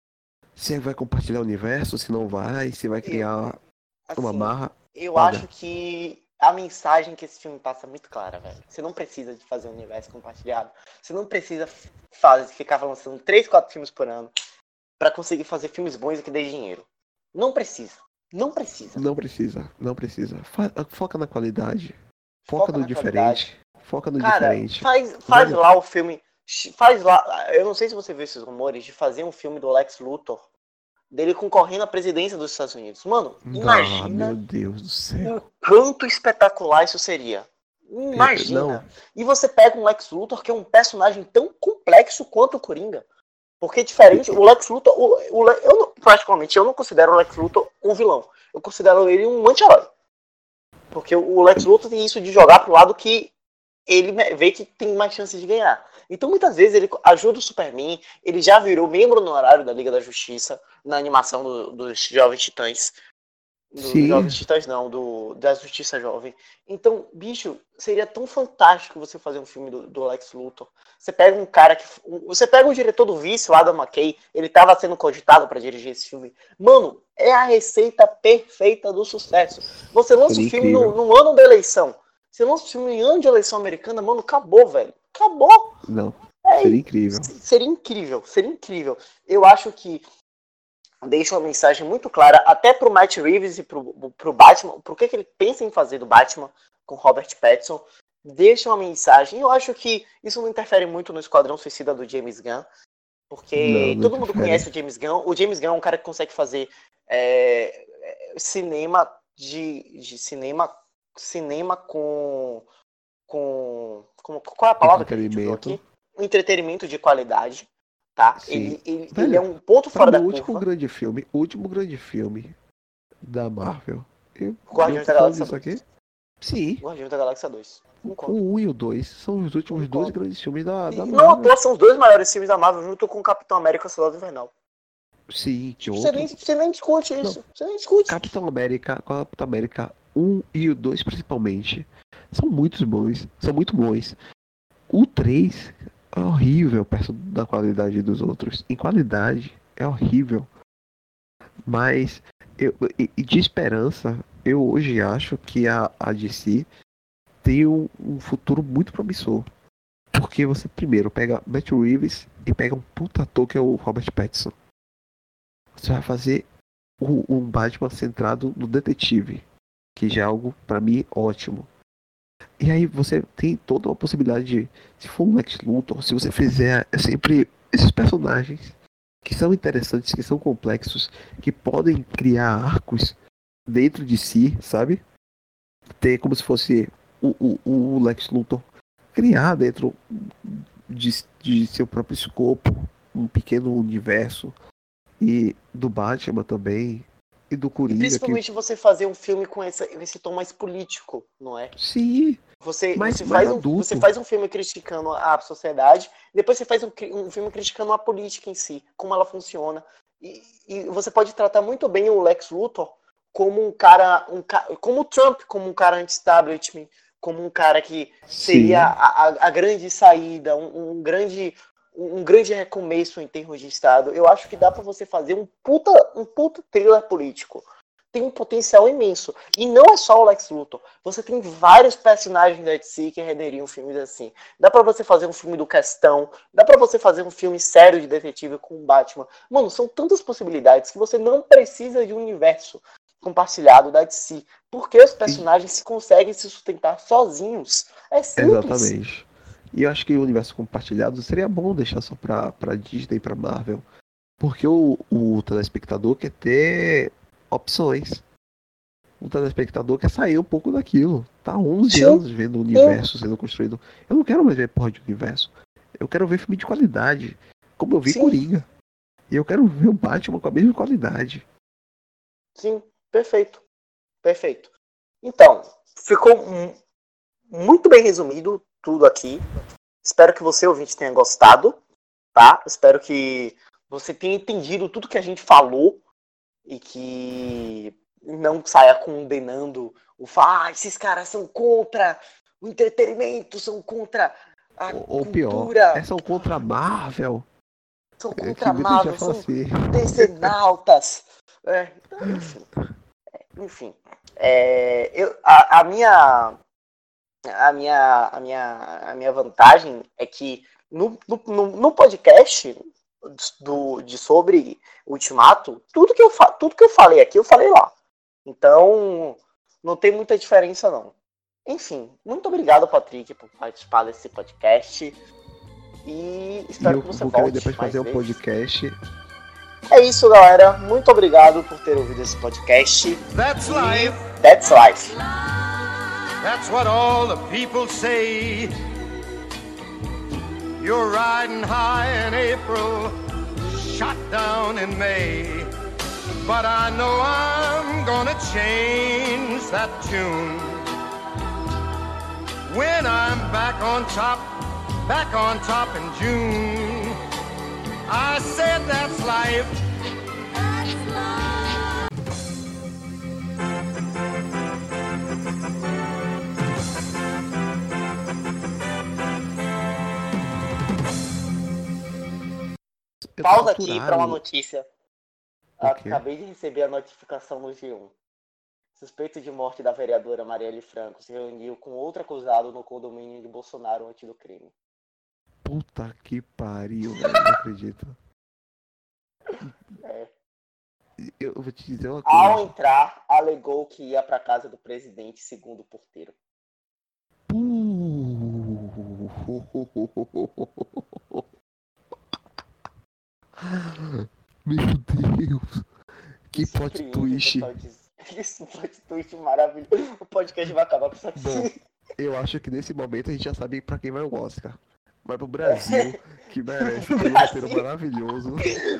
se vai compartilhar o universo, se não vai, se vai Eu, criar uma assim, marra. eu Olha, acho que a mensagem que esse filme passa é muito clara, velho. Você não precisa de fazer um universo compartilhado. Você não precisa fazer, ficar lançando três, quatro filmes por ano pra conseguir fazer filmes bons e que dê dinheiro. Não precisa. Não precisa. não precisa, não precisa. Fa- foca na qualidade, foca Foca no na qualidade. diferente, foca no Cara, diferente. faz, faz Velho, lá o filme. Faz lá. Eu não sei se você viu esses rumores de fazer um filme do Lex Luthor, dele concorrendo à presidência dos Estados Unidos. Mano, ah, meu imagina Deus do o céu. quanto espetacular isso seria. É, não, Imagina. E você pega um Lex Luthor que é um personagem tão complexo quanto o Coringa. Porque é diferente, o Lex Luthor, o, o, eu não, particularmente, eu não considero o Lex Luthor um vilão. Eu considero ele um anti-herói. Porque o Lex Luthor tem isso de jogar pro lado que ele vê que tem mais chances de ganhar. Então, muitas vezes, ele ajuda o Superman, ele já virou membro honorário da Liga da Justiça, na animação do, dos Jovens Titãs. Do, do sim, Jovens Titãs, não, do, da Justiça Jovem. Então, bicho, seria tão fantástico você fazer um filme do, do Lex Luthor. Você pega um cara que. Você pega o diretor do Vice, o Adam McKay, ele estava sendo cogitado para dirigir esse filme. Mano, é a receita perfeita do sucesso. Você lança o seria filme no, incrível. no ano da eleição. Você lança o filme em ano de eleição americana, mano, acabou, velho. Acabou. Não, É, seria incrível. seria incrível, seria incrível. Eu acho que deixa uma mensagem muito clara, até pro Matt Reeves e pro, pro Batman, pro que, que ele pensa em fazer do Batman com Robert Pattinson. Deixa uma mensagem. Eu acho que isso não interfere muito no Esquadrão Suicida do James Gunn, Não, porque não todo mundo interfere. conhece o James Gunn. O James Gunn é um cara que consegue fazer é, cinema de, de cinema, cinema com, com, com. Qual é a palavra que a gente usou Entretenimento. aqui? Um entretenimento de qualidade. Tá? Sim. Ele, ele, ele é Velho, um ponto pra fora mim da o último curva. grande filme, o último grande filme da Marvel. Eu, eu Guardiões tô da falando Galáxia isso dois. aqui? Sim. Guardiões da Galáxia dois. O Concordo. um e o dois são os últimos dois Concordo. grandes filmes da, da E não à Marvel. toa são os dois maiores filmes da Marvel, junto com o Capitão América e o Soldado Invernal. Sim, que Tipo, você nem, outro. você nem discute Não, isso. Você nem discute. Capitão América, Capitão América um e o dois principalmente, são muito bons. São muito bons. O três é horrível perto da qualidade dos outros. Em qualidade, é horrível. Mas, eu, e- e de esperança, eu hoje acho que a, a D C tem um, um futuro muito promissor. Porque você primeiro pega Matt Reeves e pega um puta ator que é o Robert Pattinson. Você vai fazer um, um Batman centrado no detetive, que já é algo pra mim ótimo. E aí você tem toda uma possibilidade de, se for um Lex Luthor, se você fizer é sempre esses personagens que são interessantes, que são complexos, que podem criar arcos dentro de si, sabe? Ter como se fosse o, o, o Lex Luthor criar dentro de, de seu próprio escopo um pequeno universo. E do Batman também. E do E Coringa, que principalmente você fazer um filme com essa, esse tom mais político, não é? sim, Você, mas você, mais faz um, você adulto. faz um filme criticando a sociedade, depois você faz um, um filme criticando a política em si, como ela funciona. E, e você pode tratar muito bem o Lex Luthor como um cara, um, como o Trump, como um cara anti-establishment, como um cara que seria Sim, a, a, a grande saída, um, um grande um grande recomeço em termos de Estado. Eu acho que dá para você fazer um puta, um puta thriller político. Tem um potencial imenso. E não é só o Lex Luthor. Você tem vários personagens da D C que renderiam filmes assim. Dá pra você fazer um filme do Castão. Dá pra você fazer um filme sério de detetive com o Batman. Mano, são tantas possibilidades que você não precisa de um universo compartilhado da D C. Porque os e- personagens conseguem se sustentar sozinhos. É simples. exatamente. E eu acho que o universo compartilhado seria bom deixar só pra, pra Disney e pra Marvel. Porque o, o telespectador quer ter opções. O telespectador quer sair um pouco daquilo. Tá há onze Sim, anos vendo o sim, universo sendo construído. Eu não quero mais ver porra de universo. Eu quero ver filme de qualidade. Como eu vi sim, Coringa. E eu quero ver o Batman com a mesma qualidade. sim. Perfeito, perfeito. Então, ficou muito bem resumido tudo aqui. Espero que você, ouvinte, tenha gostado, tá? Espero que você tenha entendido tudo que a gente falou e que não saia condenando o fato, ah, esses caras são contra o entretenimento, são contra a Ou, ou pior, cultura, essa é o contra a Marvel. são É contra que a muita gente já Marvel, fala são assim. decenautas. É, então, enfim, enfim. É, eu, a, a minha a minha, a minha, a minha vantagem é que no, no, no podcast do, de sobre Ultimato, tudo que, eu, tudo que eu falei aqui, eu falei lá. Então, não tem muita diferença, não. Enfim, muito obrigado, Patrick, por participar desse podcast. E E espero eu que você vou querer volte depois mais fazer um vezes. podcast. É isso, galera. Muito obrigado por ter ouvido esse podcast. That's E life. that's life. That's what all the people say. You're riding high in April, shot down in May. But I know I'm gonna change that tune. When I'm back on top, back on top in June. I said that's life. That's life. Eu tô Pausa aqui para uma saturado. notícia. O quê? Acabei de receber a notificação no G um. Suspeito de morte da vereadora Marielle Franco se reuniu com outro acusado no condomínio de Bolsonaro antes do crime. Puta que pariu, velho. Não acredito. É. eu vou te dizer uma coisa. Ao entrar, alegou que ia pra casa do presidente, segundo o porteiro. Meu Deus. Que Isso plot surpreende, twist. pessoal diz. Isso plot twist maravilhoso. O podcast vai acabar com isso aqui. Bom, eu acho que nesse momento a gente já sabe pra quem vai o Oscar. Vai pro Brasil, que merece ter um roteiro maravilhoso.